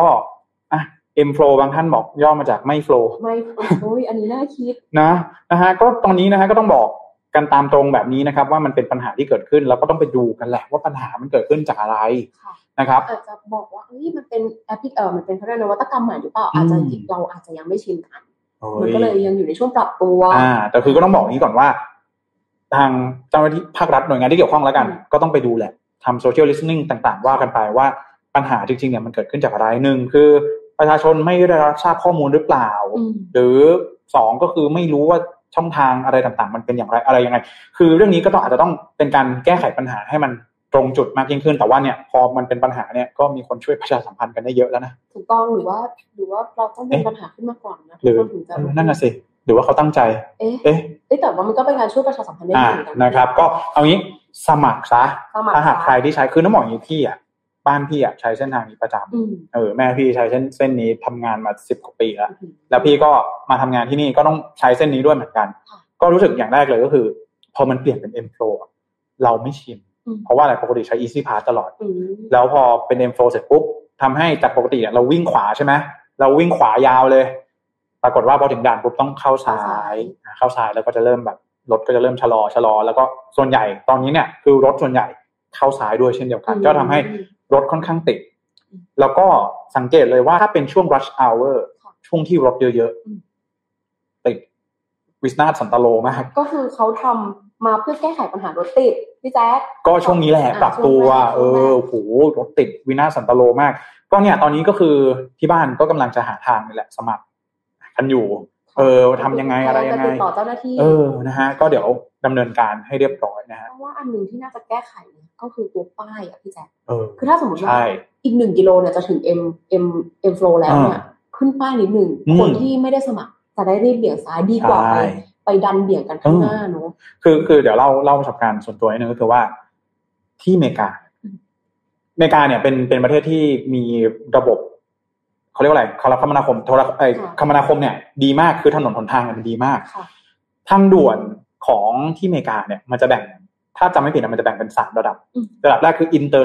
mflo บางท่านบอกย่อมาจากไม่ flow อันนี้น่าคิดนะฮะก็ตอนนี้นะฮะก็ต้องบอกกันตามตรงแบบนี้นะครับว่ามันเป็นปัญหาที่เกิดขึ้นแล้วก็ต้องไปดูกันแหละว่าปัญหามันเกิดขึ้นจากอะไรนะครับอาจจะบอกว่ามันเป็นมันเป็นนวัตกรรมใหม่หรือเปล่าเราอาจจะยังไม่ชินกันมันก็เลยยังอยู่ในช่วงปรับตัวแต่คือก็ต้องบอกนี้ก่อนว่าทางเจ้าหน้าที่ภาครัฐหน่วยงานที่เกี่ยวข้องแล้วกันก็ต้องไปดูแหละทำ social listening ต่างๆว่ากันไปว่าปัญหาจริงๆเนี่ยมันเกิดขึ้นจากอะไรหนึ่งคือประชาชนไม่ได้รับทราบข้อมูลหรือเปล่าหรือ2ก็คือไม่รู้ว่าช่องทางอะไรต่างๆมันเป็นอย่างไรอะไรยังไงคือเรื่องนี้ก็อาจจะต้องเป็นการแก้ไขปัญหาให้มันตรงจุดมากยิ่งขึ้นแต่ว่าเนี่ยพอมันเป็นปัญหาเนี่ยก็มีคนช่วยประชาสัมพันธ์กันได้เยอะแล้วนะถูกต้องหรือว่าเราต้องเป็นปัญหาขึ้นมาก่อนนะหรือนั่นน่ะสิหรือว่าเขาตั้งใจแต่ว่ามันก็เป็นการช่วยประชาสัมพันธ์ได้เหมือนกันนะครับก็เอางี้สมัครซะถ้าหากใครที่ใช้คือน้ำหมอกอย่างพี่บ้านพี่ใช้เส้นทางนี้ประจำแม่พี่ใช้เส้นนี้ทำงานมา10 กว่าปีแล้วพี่ก็มาทำงานที่นี่ก็ต้องใช้เส้นนี้ด้วยเหมือนกันก็รู้สึกอย่างแรกเลยก็คือพอมันเปลี่ยนเป็น mflo เราไม่ชินเพราะว่าอะไรปกติใช้ easy pass ตลอดแล้วพอเป็น mflo เสร็จปุ๊บทำให้จากปกติเราวิ่งขวาใช่ไหมเราวิ่งขวายาวเลยปรากฏว่าพอถึงด่านปุ๊บต้องเข้าซ้ายแล้วก็จะเริ่มแบบรถก็จะเริ่มชะลอแล้วก็ส่วนใหญ่ตอนนี้เนี่ยคือรถส่วนใหญ่เข้าซ้ายด้วยเช่นเดียวกันก็ทำให้รถค่อนข้างติดแล้วก็สังเกตเลยว่าถ้าเป็นช่วง rush hour ช่วงที่รถเยอะๆติดวินาศสันตโลมากก็คือเขาทำมาเพื่อแก้ไขปัญหารถติดพี่แจ๊คก็ช่วงนี้แหละปรับตัวโหรถติดวินาศสันตโลมากก็เนี่ยตอนนี้ก็คือที่บ้านก็กำลังจะหาทางนี่แหละสมัครกันอยู่ทำยังไงอะไรยังไงติดต่อเจ้าหน้าที่นะฮะก็เดี๋ยวดำเนินการให้เรียบร้อยนะฮะเพราะว่าอันนึงที่น่าจะแก้ไขก็คือตัวป้ายพี่แจ๊คคือถ้าสมมติว่าอีก1 กิโลเนี่ยจะถึง mflo แล้วเนี่ยขึ้นป้ายนิดนึงคนที่ไม่ได้สมัครจะได้รีบเบี่ยงซ้ายดีกว่าไปดันเบี่ยงกันข้างหน้าเนอะคือเดี๋ยวเล่าประสบการณ์ส่วนตัวนิดนึงก็คือว่าที่อเมริกาเนี่ยเป็นประเทศที่มีระบบเขาเรียกว่าอะไรคมนาคมคมนาคมเนี่ยดีมากคือถนนหนทางมันดีมากทางด่วนของที่อเมริกาเนี่ยมันจะแบ่งถ้าจำไม่ผิดมันจะแบ่งเป็น3 ระดับแรกคือ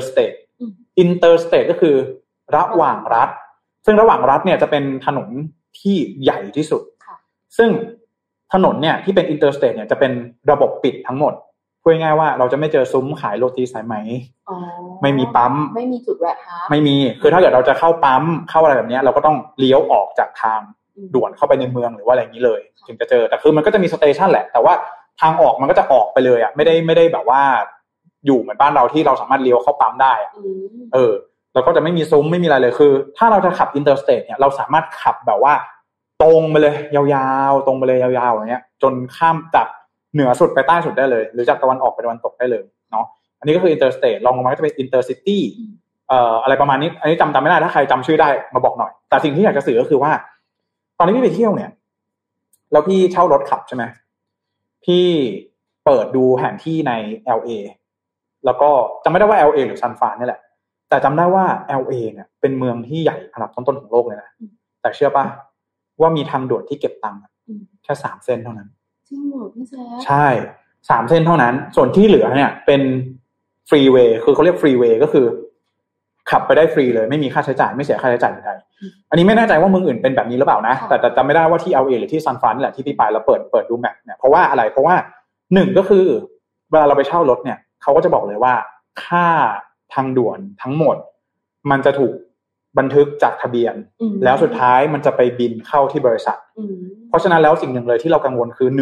interstate ก็คือระหว่างรัฐซึ่งระหว่างรัฐเนี่ยจะเป็นถนนที่ใหญ่ที่สุดซึ่งถนนเนี่ยที่เป็น interstate เนี่ยจะเป็นระบบปิดทั้งหมดพูดง่ายๆว่าเราจะไม่เจอซุ้มขายโรตีสายไหมไม่มีปั๊มไม่มีจุดแวะไม่มีคือถ้าเกิดเราจะเข้าปั๊มเข้าอะไรแบบนี้เราก็ต้องเลี้ยวออกจากทางด่วนเข้าไปในเมืองหรือว่าอะไรอย่างนี้เลยถึงจะเจอแต่คือมันก็จะมีสเตชันแหละแต่ว่าทางออกมันก็จะออกไปเลยอ่ะไม่ได้แบบว่าอยู่เหมือนบ้านเราที่เราสามารถเลี้ยวเข้าปั๊มได้อ่ะเราก็จะไม่มีซุ้มไม่มีอะไรเลยคือถ้าเราจะขับอินเตอร์สเตทเนี่ยเราสามารถขับแบบว่าตรงไปเลยยาวๆตรงไปเลยยาวๆอย่างเงี้ยจนข้ามจากเหนือสุดไปใต้สุดได้เลยหรือจากตะวันออกไปตะวันตกได้เลยเนาะอันนี้ก็คืออินเตอร์สเตทลองลงมาก็จะเป็นอินเตอร์ซิตี้อะไรประมาณนี้อันนี้จำไม่ได้ถ้าใครจำชื่อได้มาบอกหน่อยแต่สิ่งที่อยากจะสื่อก็คือว่าตอนนี้พี่ไปเที่ยวเนี่ยแล้วพี่เช่ารถขับใช่ไหมพี่เปิดดูแผนที่ใน LA แล้วก็จำไม่ได้ว่า LA หรือซานฟรานนี่แหละแต่จำได้ว่า LA เนี่ยเป็นเมืองที่ใหญ่อันดับต้นๆของโลกเลยนะแต่เชื่อป่ะว่ามีทางด่วนที่เก็บตังค์แค่3 เส้นเท่านั้นจริงเหรอพี่แจ๊คใช่3 เส้นเท่านั้นส่วนที่เหลือเนี่ยเป็นฟรีเวย์คือเขาเรียกฟรีเวย์ก็คือขับไปได้ฟรีเลยไม่มีค่าใช้จ่ายไม่เสียค่าใช้จ่ายใดๆอันนี้ไม่แน่ใจว่าเมืองอื่นเป็นแบบนี้หรือเปล่านะแต่จำไม่ได้ว่าที่ LA หรือที่ซานฟรานนี่แหละที่พี่ไปแล้วเปิดดูแมปเนี่ยเพราะว่าอะไรเพราะว่า1ก็คือเวลาเราไปเช่ารถเนี่ยเขาก็จะบอกเลยว่าค่าทางด่วนทั้งหมดมันจะถูกบันทึกจากทะเบียนแล้วสุดท้ายมันจะไปบินเข้าที่บริษัทเพราะฉะนั้นแล้วสิ่งหนึ่งเลยที่เรากังวลคือ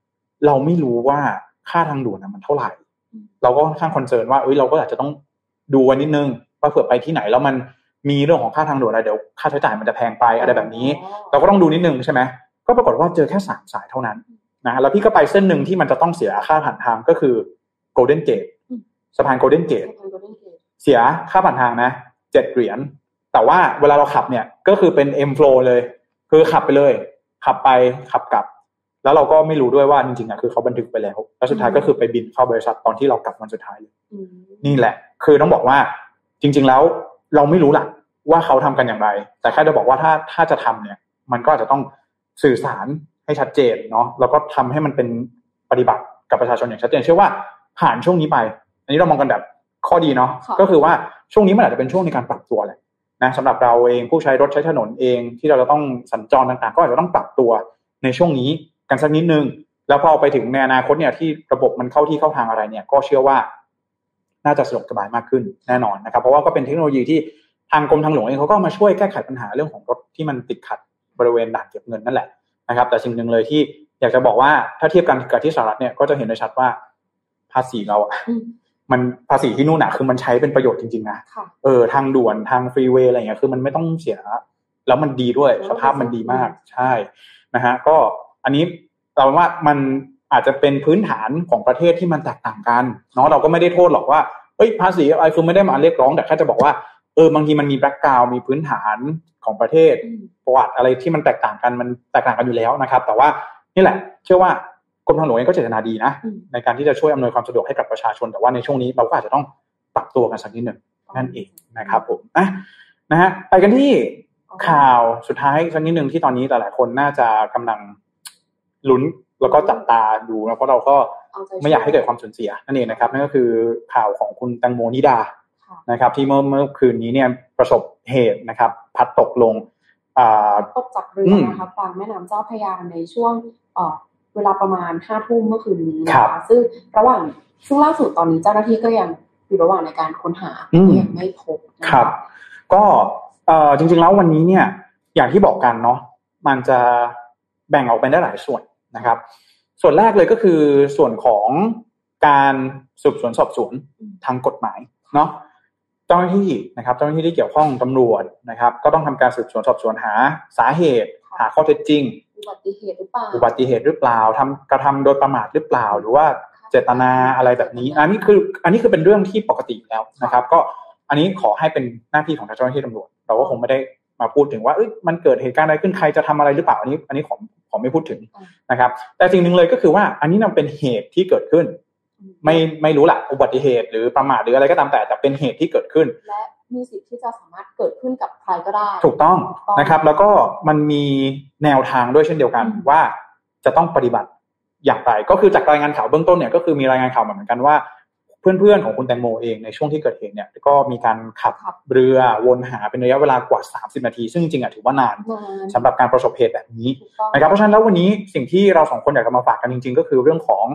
1เราไม่รู้ว่าค่าทางด่วนมันเท่าไหร่เราก็ค่อนข้างคอนเซิร์นว่าเราก็อาจจะต้องดูไว้นิดนึงว่าเผื่อไปที่ไหนแล้วมันมีเรื่องของค่าทางด่วนอะไรเดี๋ยวค่าใช้จ่ายมันจะแพงไปอะไรแบบนี้เราก็ต้องดูนิดนึงใช่ไหมก็ปรากฏว่าเจอแค่3 สายเท่านั้นนะแล้วพี่ก็ไปเส้นนึงที่มันจะต้องเสียค่าผ่านทางก็คือ Golden Gate สะพาน Golden Gate เสียค่าผ่านทางนะ$7แต่ว่าเวลาเราขับเนี่ยก็คือเป็น M flow เลยคือขับไปเลยขับไปขับกลับแล้วเราก็ไม่รู้ด้วยว่าจริงๆคือเขาบันทึกไปแล้วแล้วสุดท้ายก็คือไปบินเข้าบริษัทตอนที่เรากลับวันสุดท้ายนี่แหละคือต้องบอกว่าจริงๆแล้วเราไม่รู้หลักว่าเขาทำกันอย่างไรแต่แค่จะบอกว่าถ้าจะทำเนี่ยมันก็อาจจะต้องสื่อสารให้ชัดเจนเนาะแล้วก็ทำให้มันเป็นปฏิบัติกับประชาชนอย่างชัดเจนเชื่อว่าผ่านช่วงนี้ไปอันนี้เรามองกันแบบข้อดีเนาะก็คือว่าช่วงนี้มันอาจจะเป็นช่วงในการปรับตัวแหละนะสำหรับเราเองผู้ใช้รถใช้ถนนเองที่เราจะต้องสัญจรต่างๆก็อาจจะต้องปรับตัวในช่วงนี้กันสักนิดนึงแล้วพอไปถึงในอนาคตเนี่ยที่ระบบมันเข้าที่เข้าทางอะไรเนี่ยก็เชื่อว่าน่าจะสะดวกสบายมากขึ้นแน่นอนนะครับเพราะว่าก็เป็นเทคโนโลยีที่ทางกรมทางหลวงเองเขาก็มาช่วยแก้ไขปัญหาเรื่องของรถที่มันติดขัดบริเวณด่านเก็บเงินนั่นแหละนะครับแต่สิ่งหนึ่งเลยที่อยากจะบอกว่าถ้าเทียบกันกับที่สหรัฐเนี่ยก็จะเห็นได้ชัดว่าภาษีเราอ่ะมันภาษีที่นู่นน่ะคือมันใช้เป็นประโยชน์จริงๆนะทางด่วนทางฟรีเวย์อะไรอย่างเงี้ยคือมันไม่ต้องเสียแล้วมันดีด้วยสภาพมันดีมากใช่นะฮะก็อันนี้เราว่ามันอาจจะเป็นพื้นฐานของประเทศที่มันแตกต่างกันเนาะเราก็ไม่ได้โทษหรอกว่าภาษีอะไรคือไม่ได้มาเรียกร้องแต่แค่จะบอกว่าบางทีมันมีแบ็คกราวด์มีพื้นฐานของประเทศประวัติอะไรที่มันแตกต่างกันมันแตกต่างกันอยู่แล้วนะครับแต่ว่านี่แหละเชื่อว่ากรมทางหลวงเองก็เจตนาดีนะในการที่จะช่วยอำนวยความสะดวกให้กับประชาชนแต่ว่าในช่วงนี้เราก็อาจจะต้องปรับตัวกันสักนิดหนึ่งนั่นเองนะครับผมนะฮะไปกันที่ข่าวสุดท้ายสักนิดหนึ่งที่ตอนนี้หลายๆคนน่าจะกำลังลุ้นแล้วก็จับตาดูนะเพราะเราก็ไม่อยากให้เกิดความสูญเสียนั่นเองนะครับนั่นก็คือข่าวของคุณแตงโมนิดานะครับที่เมื่อคืนนี้เนี่ยประสบเหตุนะครับพัดตกลงตกจากเรือนะคะกลางแม่น้ำเจ้าพระยาในช่วงเวลาประมาณ 5 ทุ่มเมื่อคืนนี้นะคะซึ่งล่าสุดตอนนี้เจ้าหน้าที่ก็ยังอยู่ระหว่างในการค้นหาก็ยังไม่พบครับก็จริงๆแล้ววันนี้เนี่ยอย่างที่บอกกันเนาะมันจะแบ่งออกเป็นได้หลายส่วนนะครับส่วนแรกเลยก็คือส่วนของการสืบสวนสอบสวนทางกฎหมายเนาะเจ้าหน้าที่นะครับเจ้าหน้าที่ที่เกี่ยวข้องตำรวจนะครับก็ต้องทำการสืบสวนสอบสวนหาสาเหตุหาข้อเท็จจริงอุบัติเหตุหรือเปล่ากระทำโดยประมาทหรือเปล่าหรือว่าเจตนาอะไรแบบนี้อันนี้คือเป็นเรื่องที่ปกติแล้วนะครับก็อันนี้ขอให้เป็นหน้าที่ของเจ้าหน้าที่ตำรวจเราก็คงไม่ได้มาพูดถึงว่ามันเกิดเหตุการณ์อะไรขึ้นใครจะทำอะไรหรือเปล่าอันนี้ขอไม่พูดถึงนะครับแต่สิ่งหนึ่งเลยก็คือว่าอันนี้มันเป็นเหตุที่เกิดขึ้นไม่รู้ละอุบัติเหตุหรือประมาทหรืออะไรก็ตามแต่เป็นเหตุที่เกิดขึ้นและมีสิทธิ์ที่จะสามารถเกิดขึ้นกับใครก็ได้ถูกต้องนะครับแล้วก็มันมีแนวทางด้วยเช่นเดียวกันว่าจะต้องปฏิบัติอย่างไรก็คือจากรายงานข่าวเบื้องต้นเนี่ยก็คือมีรายงานข่าวเหมือนกันว่าเพื่อนๆของคุณแตงโมเองในช่วงที่เกิดเหตุเนี่ยก็มีการขับเรือวนหาเป็นระยะเวลากว่า30นาทีซึ่งจริงๆถือว่านานสำหรับการประสบเหตุแบบนี้นะครับเพราะฉะนั้นแล้ววันนี้สิ่งที่เรา2คนอยากจะมาฝากกันจริงๆก็คือเรื่องของ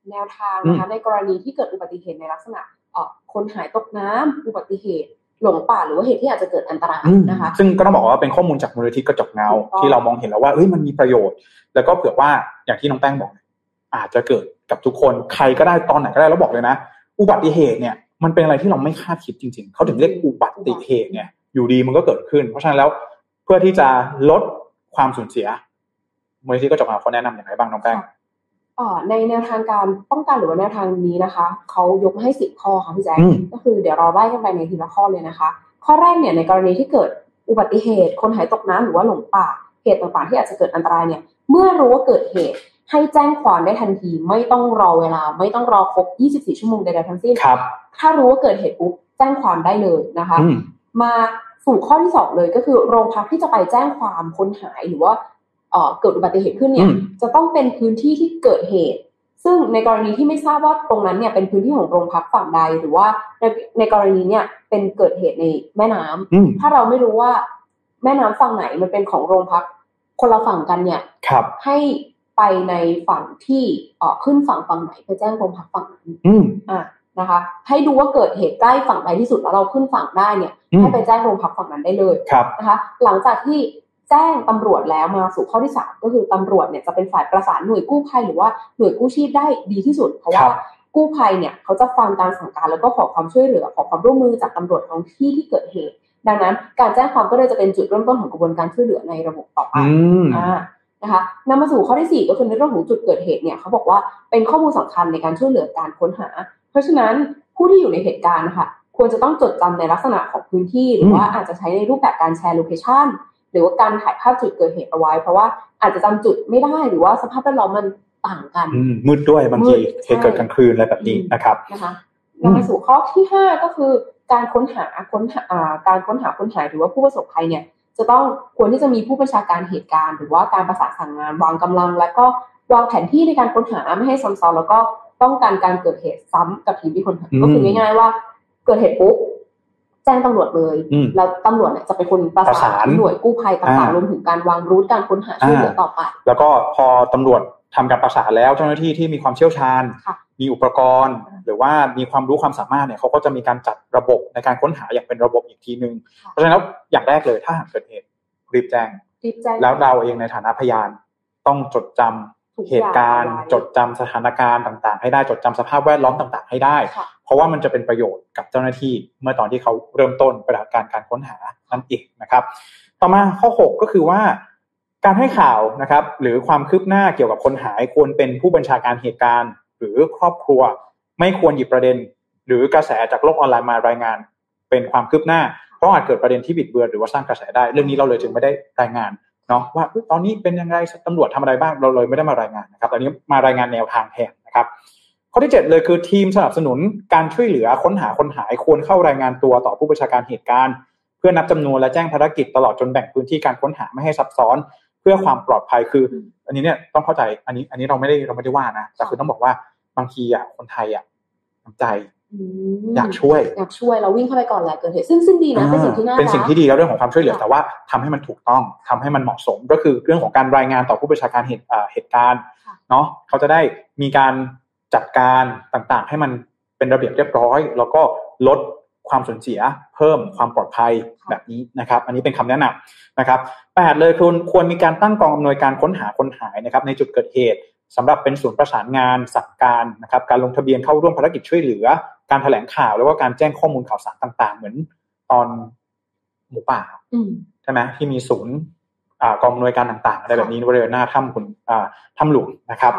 แนวทางนะคะในกรณีที่เกิดอุบัติเหตุในลักษณะคนหายตกน้ำอุบัติเหตุหลงป่าหรือว่าเหตุที่อาจจะเกิดอันตรายนะคะซึ่งก็ต้องบอกว่าเป็นข้อมูลจากมูลนิธิกระจกเงาที่เรามองเห็นแล้วว่ามันมีประโยชน์แล้วก็เผื่อว่าอย่างที่น้องแป้งบอกอาจจะเกิดกับทุกคนใครก็ได้ตอนไหนก็ได้แล้วบอกเลยนะอุบัติเหตุเนี่ยมันเป็นอะไรที่เราไม่คาดคิดจริงๆเขาถึงเรียกอุบัติเหตุเนี่ยอยู่ดีมันก็เกิดขึ้นเพราะฉะนั้นแล้วเพื่อที่จะลดความสูญเสียมูลนิธิกระจกเงาเขาแนะนำอย่างไรบ้างน้องแป้งในแนวทางการป้องกันหรือว่าแนวทางนี้นะคะเขายกมาให้10ข้อค่ะพี่แจ๊คก็คือเดี๋ยวเราไล่กันไปในทีละข้อเลยนะคะข้อแรกเนี่ยในกรณีที่เกิดอุบัติเหตุคนหายตกน้ำหรือว่าหลงป่าเหตุต่างๆที่อาจจะเกิดอันตรายเนี่ยเมื่อรู้ว่าเกิดเหตุให้แจ้งความได้ทันทีไม่ต้องรอเวลาไม่ต้องรอครบ24ชั่วโมงใดๆทั้งสิ้นถ้ารู้ว่าเกิดเหตุปุ๊บแจ้งความได้เลยนะคะมาสู่ข้อที่2เลยก็คือโรงพักที่จะไปแจ้งความคนหายหรือว่าเกิดอุบัติเหตุขึ้นเนี่ยจะต้องเป็นพื้นที่ที่เกิดเหตุซึ่งในกรณีที่ไม่ทราบว่าตรงนั้นเนี่ยเป็นพื้นที่ของโรงพักฝั่งใดหรือว่าในกรณีเนี่ยเป็นเกิดเหตุในแม่น้ำถ้าเราไม่รู้ว่าแม่น้ำฝั่งไหนมันเป็นของโรงพักคนละฝั่งกันเนี่ยให้ไปในฝั่งที่ขึ้นฝั่งไหนไปแจ้งโรงพักฝั่งนั้นนะคะให้ดูว่าเกิดเหตุใกล้ฝั่งใดที่สุดแล้วเราขึ้นฝั่งได้เนี่ยให้ไปแจ้งโรงพักฝั่งนั้นได้เลยนะคะหลังจากที่แจ้งตำรวจแล้วมาสู่ข้อที่3ก็คือตำรวจเนี่ยจะเป็นฝ่ายประสานหน่วยกู้ภัยหรือว่าหน่วยกู้ชีพได้ดีที่สุดเพราะว่ากู้ภัยเนี่ยเขาจะฟังการสั่งการแล้วก็ขอความช่วยเหลือขอความร่วมมือจากตำรวจท้องที่ที่เกิดเหตุดังนั้นการแจ้งความก็เลยจะเป็นจุดเริ่มต้นของกระบวนการช่วยเหลือในระบบต่อไปนะคะนำมาสู่ข้อที่4ก็คือในเรื่องของจุดเกิดเหตุเนี่ยเขาบอกว่าเป็นข้อมูลสำคัญในการช่วยเหลือการค้นหาเพราะฉะนั้นผู้ที่อยู่ในเหตุการณ์นะคะควรจะต้องจดจำในลักษณะของพื้นที่หรือว่าอาจจะใช้ในรูปแบบการแชร์โลเคชั่นหรือว่าการถ่ายภาพจุดเกิดเหตุเอาไว้เพราะว่าอาจจะจำจุดไม่ได้หรือว่าสภาพแวดล้อมมันต่างกันมืดด้วยบางทีเหตุเกิดกลางคืนอะไรแบบนี้นะครับนำมาสู่ข้อที่5ก็คือการค้นหาการค้นหาคนหายหรือว่าผู้ประสบภัยเนี่ยจะต้องควรที่จะมีผู้บัญชาการเหตุการณ์หรือว่าการประสานสั่งงานวางกำลังและก็วางแผนที่ในการค้นหาไม่ให้ซ้ำซ้อนแล้วก็ป้องกันการเกิดเหตุซ้ำกับทีมที่ค้นหาก็คือง่ายๆว่าเกิดเหตุปุ๊บแจ้งตำรวจเลยแล้วตำรวจเนี่ยจะเป็นคนประสานหน่วยกู้ภัยต่างๆรวมถึงการวางรูทการค้นหาช่วยเหลือต่อไปแล้วก็พอตำรวจทำการประสานแล้วเจ้าหน้าที่ที่มีความเชี่ยวชาญมีอุปกรณ์หรือว่ามีความรู้ความสามารถเนี่ยเขาก็จะมีการจัดระบบในการค้นหาอย่างเป็นระบบอีกทีนึงเพราะฉะนั้นแล้วอย่างแรกเลยถ้าหากเกิดเหตุรีบแจ้งแล้วเราเองในฐานะพยานต้องจดจำเหตุการณ์จดจำสถานการณ์ต่างๆให้ได้จดจำสภาพแวดล้อมต่างๆให้ได้เพราะว่ามันจะเป็นประโยชน์กับเจ้าหน้าที่เมื่อตอนที่เขาเริ่มต้นปฏิบัติการค้นหานั่นเองนะครับต่อมาข้อ6ก็คือว่าการให้ข่าวนะครับหรือความคืบหน้าเกี่ยวกับคนหายควรเป็นผู้บัญชาการเหตุการณ์หรือครอบครัวไม่ควรหยิบประเด็นหรือกระแสจากโลกออนไลน์มารายงานเป็นความคืบหน้าเพราะอาจเกิดประเด็นที่บิดเบือนหรือว่าสร้างกระแสได้เรื่องนี้เราเลยจึงไม่ได้รายงานเนาะว่าตอนนี้เป็นยังไงตำรวจทำอะไรบ้างเราเลยไม่ได้มารายงานนะครับตอนนี้มารายงานแนวทางแทนนะครับข้อที่7เลยคือทีมสนับสนุนการช่วยเหลือค้นหาคนหายควรเข้ารายงานตัวต่อผู้บัญชาการเหตุการณ์เพื่อนับจำนวนและแจ้งภารกิจตลอดจนแบ่งพื้นที่การค้นหาไม่ให้ซับซ้อนเพื่อความปลอดภัยคืออันนี้เนี่ยต้องเข้าใจอันนี้เราไม่ได้ว่านะแต่คือต้องบอกว่าบางทีคนไทยน้ำใจอยากช่วยเราวิ่งเข้าไปก่อนแหละเกิดเหตุซึ่งดีนะเป็นสิ่งที่น่ารักเป็นสิ่งที่ดีแล้วเรื่องของความช่วยเหลือแต่ว่าทำให้มันถูกต้องทำให้มันเหมาะสมก็คือเรื่องของการรายงานต่อผู้บัญชาการเหตุการณ์เนาะเขาจะได้มีการจัดการต่างๆให้มันเป็นระเบียบเรียบร้อยแล้วก็ลดความสูญเสียเพิ่มความปลอดภัยแบบนี้นะครับอันนี้เป็นคำแนะนำนะครับ8เลยควรมีการตั้งกองอำนวยการค้นหาคนหายนะครับในจุดเกิดเหตุสำหรับเป็นศูนย์ประสานงานสั่งการนะครับการลงทะเบียนเข้าร่วมภารกิจช่วยเหลือการแถลงข่าวแล้วก็การแจ้งข้อมูลข่าวสารต่างๆเหมือนตอนหมูป่าใช่ไหมที่มีศูนย์กองอำนวยการต่างๆอะไรแบบนี้บริเวณหน้าถ้ำหลวงนะครับ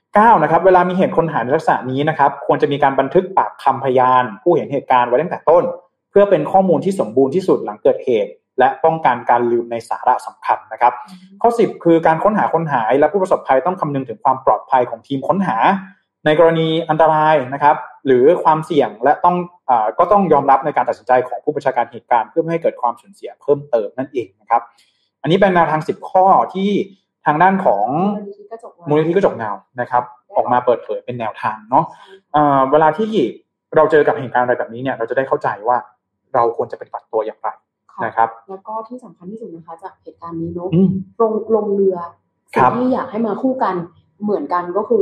9นะครับเวลามีเหตุคนหายในลักษณะนี้นะครับควรจะมีการบันทึกปากคำพยานผู้เห็นเหตุการณ์ไว้ตั้งแต่ต้นเพื่อเป็นข้อมูลที่สมบูรณ์ที่สุดหลังเกิดเหตุและป้องกันการลืมในสาระสำคัญนะครับข้อ10คือการค้นหาคนหายและผู้ประสบภัยต้องคำนึงถึงความปลอดภัยของทีมค้นหาในกรณีอันตรายนะครับหรือความเสี่ยงและก็ต้องยอมรับในการตัดสินใจของผู้บัญชาการเหตุการณ์เพื่อไม่ให้เกิดความสูญเสียเพิ่มเติมนั่นเองนะครับอันนี้เป็นแนวทาง10ข้อที่ทางด้านของมูลนิธิกระจกเงานะครับออกมาเปิดเผยเป็นแนวทางเนาะเวลาที่เราเจอกับเหตุการณ์อะไรแบบนี้เนี่ยเราจะได้เข้าใจว่าเราควรจะปฏิบัติตัวอย่างไรนะครับแล้วก็ที่สำคัญที่สุดนะคะจากเหตุการณ์นี้เนาะลงเรือสิ่งที่อยากให้มาคู่กันเหมือนกันก็คือ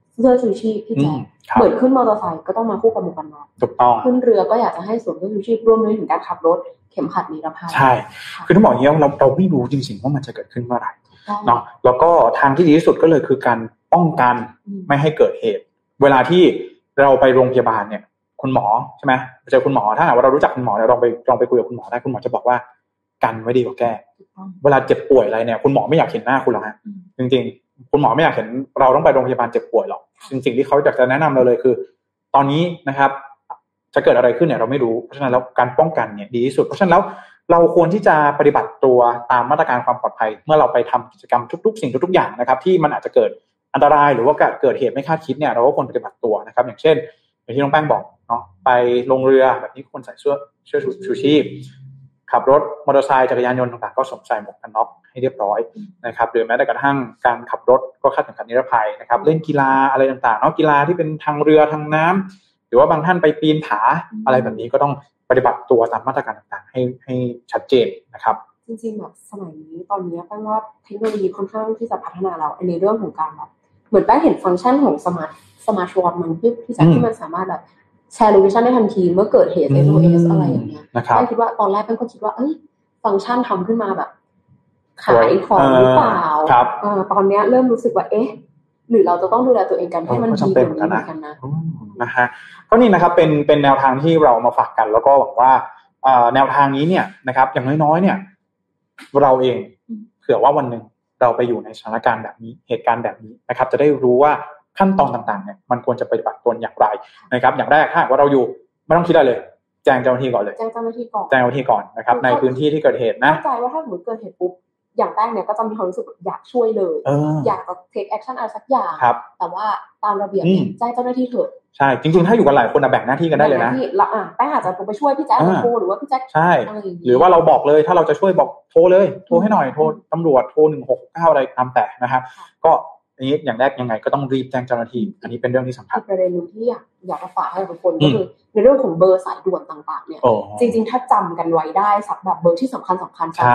เสื้อชูชีพพี่แจ๊คเหมือนขึ้นมอเตอร์ไซค์ก็ต้องมาคู่กับหมวกกันน็อกถูกต้องขึ้นเรือก็อยากจะให้สวมเสื้อชูชีพร่วมด้วยถึงการขับรถเข็มขัดนิรภัยใช่คือต้องบอกอย่างนี้เราไม่รู้จริงๆว่ามันจะเกิดขึ้นเมื่อไหร่เนาะแล้วก็ทางที่ดีที่สุดก็เลยคือการป้องกันไม่ให้เกิดเหตุเวลาที่เราไปโรงพยาบาลเนี่ยคุณหมอใช่ไหมเจอคุณหมอถ้าหากว่าเรารู้จักคุณหมอเนี่ยลองไปคุยกับคุณหมอได้คุณหมอจะบอกว่ากันไว้ดีกว่าแก้เวลาเจ็บป่วยอะไรเนี่ยคุณหมอไม่อยากเห็นหน้าคุณหรอกฮะจริงๆคุณหมอไม่อยากเห็นเราต้องไปโรงพยาบาลเจ็บป่วยหรอกสิ่งที่เขาอยากจะแนะนำเราเลยคือตอนนี้นะครับจะเกิดอะไรขึ้นเนี่ยเราไม่รู้เพราะฉะนั้นแล้วการป้องกันเนี่ยดีที่สุดเพราะฉะนั้นแล้วเราควรที่จะปฏิบัติตัวตามมาตรการความปลอดภัยเมื่อเราไปทำกิจกรรมทุกๆสิ่งทุกๆอย่างนะครับที่มันอาจจะเกิดอันตรายหรือว่าเกิดเหตุไม่คาดคิดเนี่ยเราก็ควรปฏิบัติตัวนะครับอย่างเช่นอย่างที่น้องแป้งบอกเนาะไปลงเรือแบบนี้ควรใส่เสื้อชูชีพขับรถมอเตอร์ไซค์จักรยานยนต์ต่างๆก็สวมใส่หมวกกันน็อกให้เรียบร้อยนะครับหรือแม้แต่กระทั่งการขับรถก็คาดเข็มขัดนิรภัยนะครับเล่นกีฬาอะไรต่างๆเนาะกีฬาที่เป็นทางเรือทางน้ำหรือว่าบางท่านไปปีนผาอะไรแบบนี้ก็ต้องปฏิบัติตัวตามมาตรการต่างๆให้ชัดเจนนะครับจริงๆแบบสมัยนี้ตอนนี้แป้งว่าเทคโนโลยีค่อนข้างที่จะพัฒนาเราในเรื่องของการแบบเหมือนแป้งเห็นฟังก์ชันของสมาร์ทวอทมันที่มันสามารถแบบแชร์โลเคชั่นได้ทันทีเมื่อเกิดเหตุ SOS อะไรอย่างเงี้ยแป้งคิดว่าตอนแรกแป้งก็คิดว่าฟังก์ชันทำขึ้นมาแบบขายของหรือเปล่าตอนนี้เริ่มรู้สึกว่าหรือเราจะต้องดูแลตัวเองกันให้มันดีกว่านี้เหมือนกันนะฮะก็นี่นะครับเป็นแนวทางที่เรามาฝากกันแล้วก็หวังว่าแนวทางนี้เนี่ยนะครับอย่างน้อยๆเนี่ยเราเองเผื่อว่าวันหนึ่งเราไปอยู่ในสถานการณ์แบบนี้เหตุการณ์แบบนี้นะครับจะได้รู้ว่าขั้นตอนต่างๆเนี่ยมันควรจะปฏิบัติตัวอย่างไรนะครับอย่างแรกถ้าว่าเราอยู่ไม่ต้องคิดอะไรเลยแจ้งเจ้าหน้าที่ก่อนเลยแจ้งเจ้าหน้าที่ก่อนนะครับในพื้นที่ที่เกิดเหตุนะเข้าใจว่าถ้าสมมติเกิดเหตุปุ๊บอย่างแรกเนี่ยก็จะมีความรู้สึกอยากช่วยเลยอยากจะ take action อะไรสักอย่างแต่ว่าตามระเบียบแจ้งเจ้าหน้าที่เถอะใช่จริงๆถ้าอยู่กันหลายคนแบ่งหน้าที่กันได้เลยนะแป้งอาจจะไปช่วยพี่แจ๊คโทรหรือว่าพี่แจ๊คใช่หรือว่าเราบอกเลยถ้าเราจะช่วยบอกโทรเลยโทรให้หน่อยโทรตำรวจโทร169อะไรตามแต่นะครับก็นี้อย่างแรกยังไงก็ต้องรีบแจ้งเจ้าหน้าที่อันนี้เป็นเรื่องที่สำคัญประเด็นนึงที่อยากจะฝากให้ทุกคนก็คือในเรื่องของเบอร์สายด่วนต่างๆเนี่ยจริงๆถ้าจำกันไว้ได้สักแบบเบอร์ที่สำคัญสัก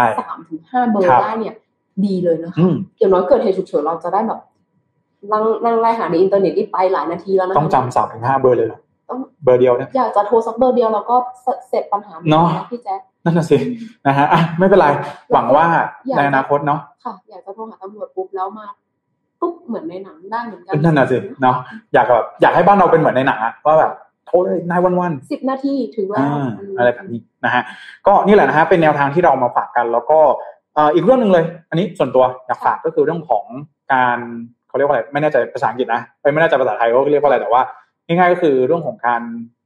3-5 เบอร์ได้เนี่ยดีเลยนะคะอย่างน้อยเกิดเหตุฉุกเฉินเราจะได้แบบนั่งไล่หาในอินเทอร์เน็ตที่ไปหลายนาทีแล้วนะต้องจำ3-5 เบอร์เลยเหรอเบอร์เดียวเนี่ยอยากจะโทรสักเบอร์เดียวแล้วก็เสร็จปัญหาเนาะพี่แจ๊คนั่นน่ะสินะฮะไม่เป็นไรหวังว่าในอนาคตเนาะค่ะอยากจะโทรหาตำรวจปุ๊บแล้วมาปุ๊บเหมือนในหนังได้เหมือนกันนั่นน่ะสิเนาะอยากให้บ้านเราเป็นเหมือนในหนังอะว่าแบบโทรเลย911 10 นาทีถึงแล้วอะไรแบบนี้นะฮะก็นี่แหละนะฮะเป็นแนวทางที่เรามาฝากกันแล้วก็อีกเรื่องนึงเลยอันนี้ส่วนตัวอยากฝากก็คือเรื่องของการเขาเรียกว่าอะไรไม่แน่ใจภาษาอังกฤษนะไม่แน่ใจภาษาไทยเขาเรียกว่าอะไรแต่ว่าง่ายๆก็คือเรื่องของการ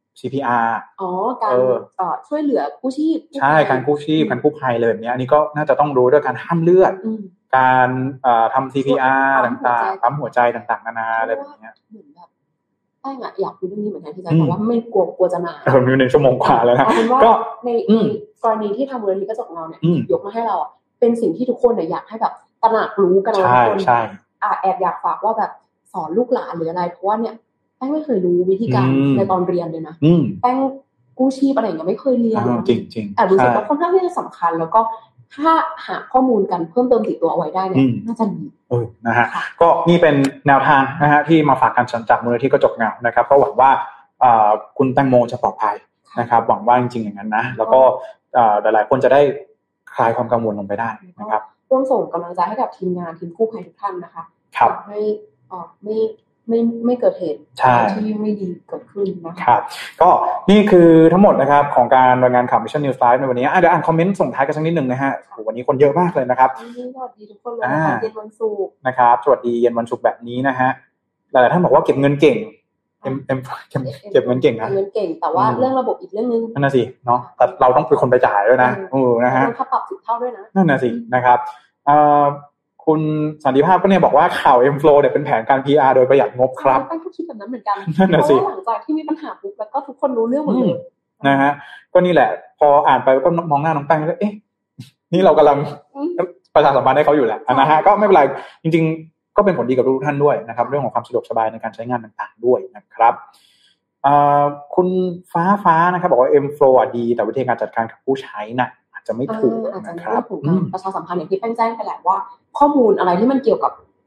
CPR การช่วยเหลือกู้ชีพใช่การกู้ชีพการกู้ภัยเลยแบบนี้อันนี้ก็น่าจะต้องรู้ด้วยการห้ามเลือดการทำ CPR ต่างๆปั๊มหัวใจต่างๆนานาอะไรแบบนี้เหมือนแบบแป้งอยากพูดเรื่องนี้เหมือนกันที่จะบอกว่าไม่กลัวจะนานมี1 ชั่วโมงกว่าแล้วนะก็ในกรณีที่ทำมูลนิธิกระจกเงาเนี่ยยกมาให้เราเป็นสิ่งที่ทุกคนเนี่ยอยากให้แบบตระหนักรู้กันทุกคนแอบอยากฝากว่าแบบสอนลูกหลานหรืออะไรเพราะว่าเนี่ยแป้งไม่เคยรู้วิธีการในตอนเรียนเลยนะแป้งกู้ชีพอะไรอย่างเงี้ยไม่เคยเรียนจริงๆแต่รู้สึกว่าค่อนข้างที่จะสำคัญแล้วก็ถ้าหาข้อมูลกันเพิ่มเติมติดตัวเอาไว้ได้เนี่ยน่าจะดีนะฮะก็นี่เป็นแนวทางนะฮะที่มาฝากกันจากมูลนิธิกระจกเงานะครับก็หวังว่าคุณแตงโมจะปลอดภัยนะครับหวังว่าจริงๆอย่างนั้นนะแล้วก็หลายๆคนจะได้คลายความกังวลลงไปได้นะครับร่วมส่งกำลังใจให้กับทีมงานทีมกู้ภัยทุกท่านนะคะให้ไม่เกิดเหตุที่ไม่ดีเกิดขึ้นนะครับก็นี่คือทั้งหมดนะครับของการรายงานข่าว Mission News Live ในวันนี้เดี๋ยวอ่านคอมเมนต์ส่งท้ายกันสักนิดนึงนะฮะวันนี้คนเยอะมากเลยนะครับสวัสดีทุกคนเลยเย็นวันศุกร์นะครับสวัสดีเย็นวันศุกร์แบบนี้นะฮะหลายๆท่านบอกว่าเก็บเงินเก่งเก็บเงินเก่งนะเงินเก่งแต่ว่าเรื่องระบบอีกเรื่องนึงนั่นน่ะสิเนาะแต่เราต้องเป็นคนไปจ่ายด้วยนะนะฮะค่าปรับ10 เท่าด้วยนะนั่นน่ะสินะครับคุณสันติภาพก็เนี่ยบอกว่าข่าว M-Flow เนี่ยเป็นแผนการ PR โดยประหยัดงบครับแป้งก็คิดแบบนั้นเหมือนกันเพราะว่าหลังจากที่มีปัญหาปุ๊บแล้วก็ทุกคนรู้เรื่องหมดเลยนะฮะก็นี่แหละพออ่านไปก็มองหน้าน้องแป้งแล้วนี่เรากำลังประชาสัมพันธ์ให้เขาอยู่แหละนะฮะก็ไม่เป็นไรจริงๆก็เป็นผลดีกับทุกท่านด้วยนะครับเรื่องของความสะดวกสบายในการใช้งานต่างๆด้วยนะครับคุณฟ้านะครับบอกว่า M-Flow ดีแต่วิธีการจัดการกับผู้ใช้น่ะอาจจะไม่ถูกนะครับประชาสัมพันธ์อย่างที่แป้งแจ้งไปแหละว่าข้อมูลอะไรที่มันเกี่ยวกับ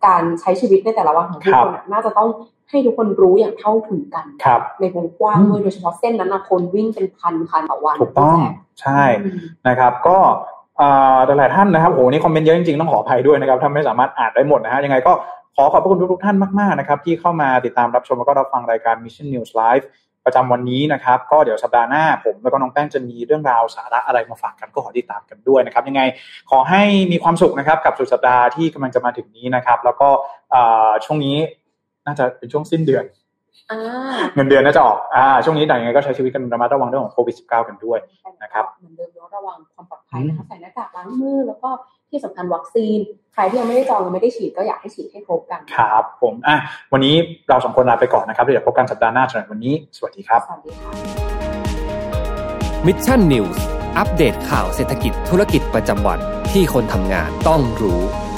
การใช้ชีวิตในแต่ละวันของทุกคนน่าจะต้องให้ทุกคนรู้อย่างเท่าถึงกันในวงกว้างด้วยโดยเฉพาะเส้นนั้นนะคนวิ่งเป็นพันคันต่อวันถูกต้องใช่นะครับก็หลายท่านนะครับโหนี่คอมเมนต์เยอะจริงๆต้องขออภัยด้วยนะครับถ้าไม่สามารถอ่านได้หมดนะฮะยังไงก็ขอบพระคุณทุกท่านมากๆนะครับที่เข้ามาติดตามรับชมแล้วก็รับฟังรายการ Mission News Live ประจำวันนี้นะครับก็เดี๋ยวสัปดาห์หน้าผมแล้วก็น้องแป้งจะมีเรื่องราวสาระอะไรมาฝากกันก็ขอติดตามกันด้วยนะครับยังไงขอให้มีความสุขนะครับกับสุดสัปดาห์ที่กำลังจะมาถึงนี้นะครับแล้วก็ช่วงนี้น่าจะเป็นช่วงสิ้นเดือนเงินเดือนน่าจะออกช่วงนี้แต่ยังไงก็ใช้ชีวิตกันระมัดระวังเรื่องของโควิด -19 กันด้วยนะครับเหมือนเดิมระวังความปลอดภัยนะคะใส่หน้ากากล้างมือแล้วก็ที่สำคัญวัคซีนใครที่ยังไม่ได้จองยังไม่ได้ฉีดก็อยากให้ฉีดให้ครบกันครับผมวันนี้เรา2คนลาไปก่อนนะครับเดี๋ยวพบกันสัปดาห์หน้าสำหรับวันนี้สวัสดีครับสวัสดีค่ะ Mission News อัปเดตข่าวเศรษฐกิจธุรกิจประจำวันที่คนทำงานต้องรู้